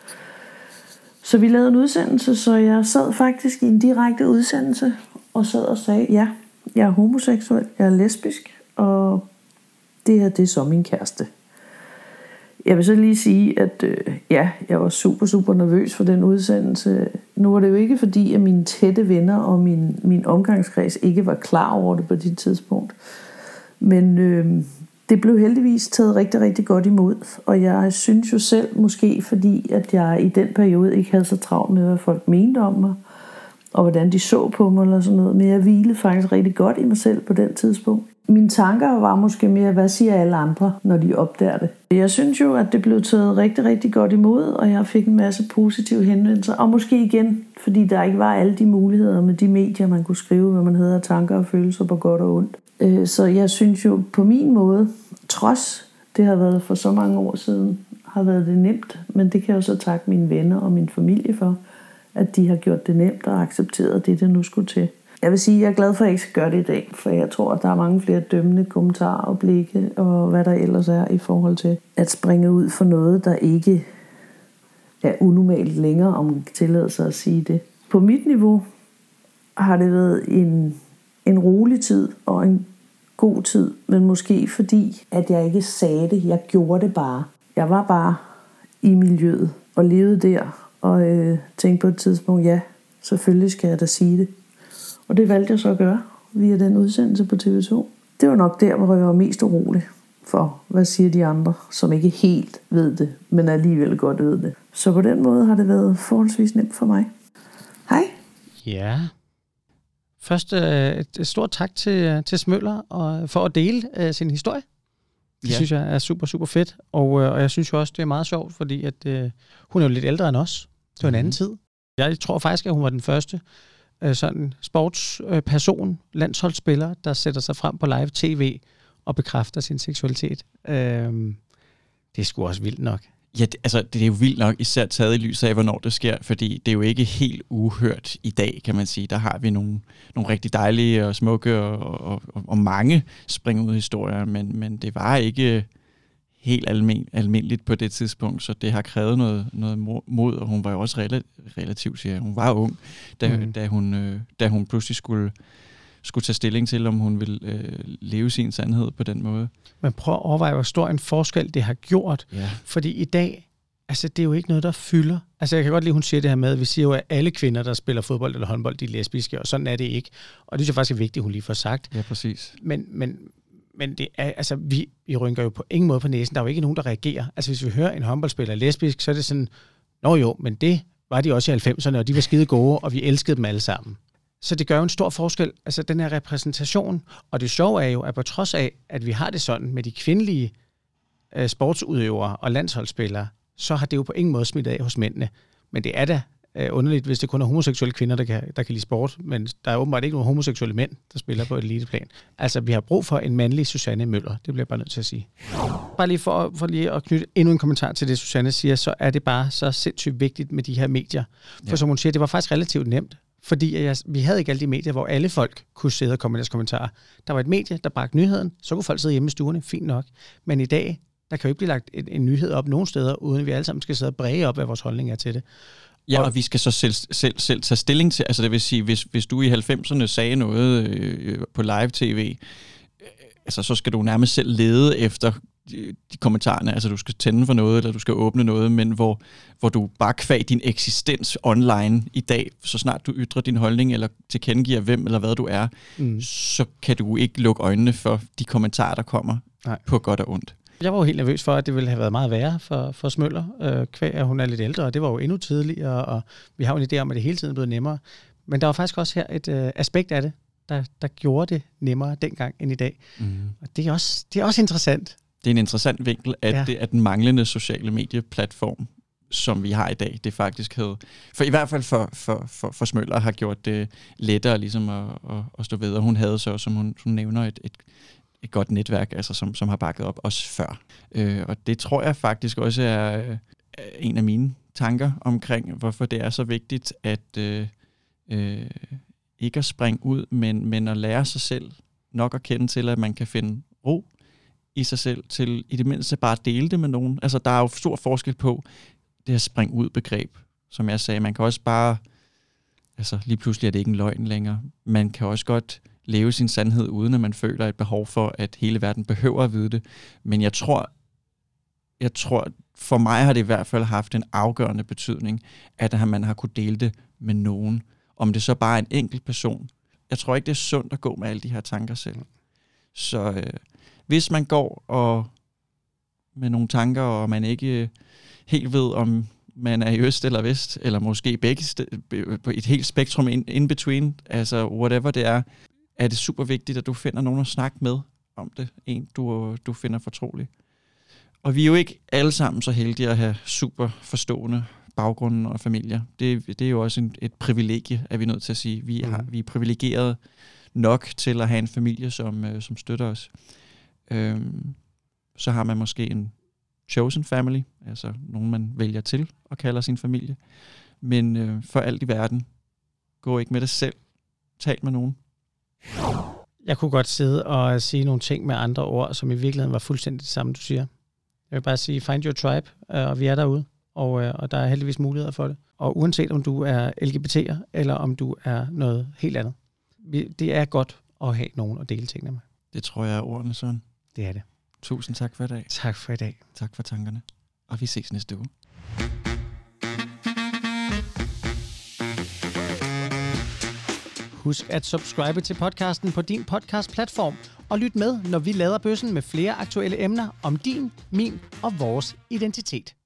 Så vi lavede en udsendelse, så jeg sad faktisk i en direkte udsendelse, og sad og sagde, ja, jeg er homoseksuel, jeg er lesbisk, og det her, det er så min kæreste. Jeg vil så lige sige, at øh, ja, jeg var super, super nervøs for den udsendelse. Nu var det jo ikke fordi, at mine tætte venner og min, min omgangskreds ikke var klar over det på det tidspunkt. Men øh, det blev heldigvis taget rigtig, rigtig godt imod. Og jeg synes jo selv, måske fordi, at jeg i den periode ikke havde så travlt med, hvad folk mente om mig, og hvordan de så på mig eller sådan noget. Men jeg hvilede faktisk rigtig godt i mig selv på den tidspunkt. Mine tanker var måske mere, hvad siger alle andre, når de opdager det. Jeg synes jo, at det blev taget rigtig, rigtig godt imod, og jeg fik en masse positive henvendelser. Og måske igen, fordi der ikke var alle de muligheder med de medier, man kunne skrive, hvad man havde af tanker og følelser på godt og ondt. Så jeg synes jo på min måde, trods det har været for så mange år siden, har været det nemt. Men det kan jeg jo så takke mine venner og min familie for, at de har gjort det nemt og accepteret det, det nu skulle til. Jeg vil sige, at jeg er glad for, at jeg ikke skal gøre det i dag, for jeg tror, at der er mange flere dømmende kommentarer og blikke, og hvad der ellers er i forhold til at springe ud for noget, der ikke er unormalt længere, om man kan tillade sig at sige det. På mit niveau har det været en, en rolig tid og en god tid, men måske fordi, at jeg ikke sagde det, jeg gjorde det bare. Jeg var bare i miljøet og levede der, og øh, tænkte på et tidspunkt, ja, selvfølgelig skal jeg da sige det. Og det valgte jeg så at gøre via den udsendelse på T V to. Det var nok der, hvor jeg var mest urolig for, hvad siger de andre, som ikke helt ved det, men alligevel godt ved det. Så på den måde har det været forholdsvis nemt for mig. Hej. Ja. Først øh, et stort tak til, til Smøller og, for at dele øh, sin historie. Det ja. synes jeg er super, super fedt. Og, øh, og jeg synes jo også, det er meget sjovt, fordi at, øh, hun er jo lidt ældre end os. Det var en anden tid. Jeg tror faktisk, at hun var den første sådan sportsperson, landsholdsspiller, der sætter sig frem på live tv og bekræfter sin seksualitet. Øhm, det er sgu også vildt nok. Ja, det, altså det er jo vildt nok, især taget i lyset af, hvornår det sker, fordi det er jo ikke helt uhørt i dag, kan man sige. Der har vi nogle, nogle rigtig dejlige og smukke og, og, og, og mange spring ud historier, men, men det var ikke helt almen, almindeligt på det tidspunkt, så det har krævet noget, noget mod, og hun var jo også rela- relativt, siger jeg. Hun var ung, da, mm. da, hun, øh, da hun pludselig skulle, skulle tage stilling til, om hun ville øh, leve sin sandhed på den måde. Men prøv at overveje, hvor stor en forskel det har gjort, ja. Fordi i dag, altså det er jo ikke noget, der fylder. Altså jeg kan godt lide, hun siger det her med, at vi siger jo, at alle kvinder, der spiller fodbold eller håndbold, de er lesbiske, og sådan er det ikke. Og det synes jeg faktisk er vigtigt, hun lige får sagt. Ja, præcis. Men, men Men det er, altså, vi, vi rynker jo på ingen måde på næsen. Der er jo ikke nogen, der reagerer. Altså, hvis vi hører en håndboldspiller lesbisk, så er det sådan, nå jo, men det var de også i halvfemserne, og de var skide gode, og vi elskede dem alle sammen. Så det gør jo en stor forskel, altså den her repræsentation. Og det sjove er jo, at på trods af, at vi har det sådan med de kvindelige øh, sportsudøvere og landsholdsspillere, så har det jo på ingen måde smittet af hos mændene. Men det er da øh, underligt, hvis det kun er homoseksuelle kvinder, der kan, der kan lide sport, men der er åbenbart ikke nogen homoseksuelle mænd, der spiller på et eliteplan. Altså, vi har brug for en mandlig Susanne Møller, det bliver jeg bare nødt til at sige. Bare lige for, for lige at knytte endnu en kommentar til det, Susanne siger, så er det bare så sindssygt vigtigt med de her medier. For ja. Som hun siger, det var faktisk relativt nemt, fordi jeg, vi havde ikke alle de medier, hvor alle folk kunne sidde og komme med deres kommentarer. Der var et medie, der bragte nyheden, så kunne folk sidde hjemme i stuerne, fint nok. Men i dag, der kan jo ikke blive lagt en, en nyhed op nogen steder, uden vi alle sammen skal sidde og bræge op, hvad vores holdning er til det. Ja, og vi skal så selv, selv, selv tage stilling til, altså det vil sige, hvis, hvis du i halvfemserne sagde noget øh, på live-tv, øh, altså så skal du nærmest selv lede efter de, de kommentarerne, altså du skal tænde for noget, eller du skal åbne noget, men hvor, hvor du bare kvæg din eksistens online i dag, så snart du ytrer din holdning, eller tilkendegiver hvem eller hvad du er, mm. så kan du ikke lukke øjnene for de kommentarer, der kommer. Nej. På godt og ondt. Jeg var jo helt nervøs for, at det ville have været meget værre for, for Smøller, øh, kvæg at hun er lidt ældre, og det var jo endnu tidligere, og vi har jo en idé om, at det hele tiden er blevet nemmere. Men der var faktisk også her et øh, aspekt af det, der, der gjorde det nemmere dengang end i dag. Mm. Og det er, også, det er også interessant. Det er en interessant vinkel, at ja. det er den manglende sociale medieplatform, som vi har i dag, det faktisk havde, for i hvert fald for, for, for, for Smøller har gjort det lettere ligesom at, at, at stå ved, og hun havde så, som hun, hun nævner, et, et et godt netværk, altså som, som har bakket op også før. Øh, og det tror jeg faktisk også er øh, en af mine tanker omkring, hvorfor det er så vigtigt at øh, øh, ikke at springe ud, men, men at lære sig selv nok at kende til, at man kan finde ro i sig selv, til i det mindste bare dele det med nogen. Altså der er jo stor forskel på det her spring ud begreb, som jeg sagde. Man kan også bare, altså lige pludselig er det ikke en løgn længere. Man kan også godt leve sin sandhed, uden at man føler et behov for, at hele verden behøver at vide det. Men jeg tror, jeg tror, for mig har det i hvert fald haft en afgørende betydning, at man har kunne dele det med nogen. Om det så bare er en enkelt person. Jeg tror ikke, det er sundt at gå med alle de her tanker selv. Så øh, hvis man går og med nogle tanker, og man ikke helt ved, om man er i øst eller vest, eller måske begge st- på et helt spektrum in, in between, altså whatever det er, er det super vigtigt, at du finder nogen at snakke med om det. En, du, du finder fortrolig. Og vi er jo ikke alle sammen så heldige at have super forstående baggrunden og familier. Det, det er jo også en, et privilegie, er vi nødt til at sige. Vi, har, mm. vi er privilegeret nok til at have en familie, som, øh, som støtter os. Øhm, så har man måske en chosen family, altså nogen, man vælger til og kalder sin familie. Men øh, for alt i verden, gå ikke med det selv. Tal med nogen. Jeg kunne godt sidde og sige nogle ting med andre ord, som i virkeligheden var fuldstændig det samme, du siger. Jeg vil bare sige, find your tribe, og vi er derude, og, og der er heldigvis muligheder for det. Og uanset om du er L G B T'er, eller om du er noget helt andet. Det er godt at have nogen at dele tingene med. Det tror jeg er ordene, Søren. Det er det. Tusind tak for i dag. Tak for i dag. Tak for tankerne. Og vi ses næste uge. Husk at subscribe til podcasten på din podcast-platform, og lyt med, når vi lader bøssen med flere aktuelle emner om din, min og vores identitet.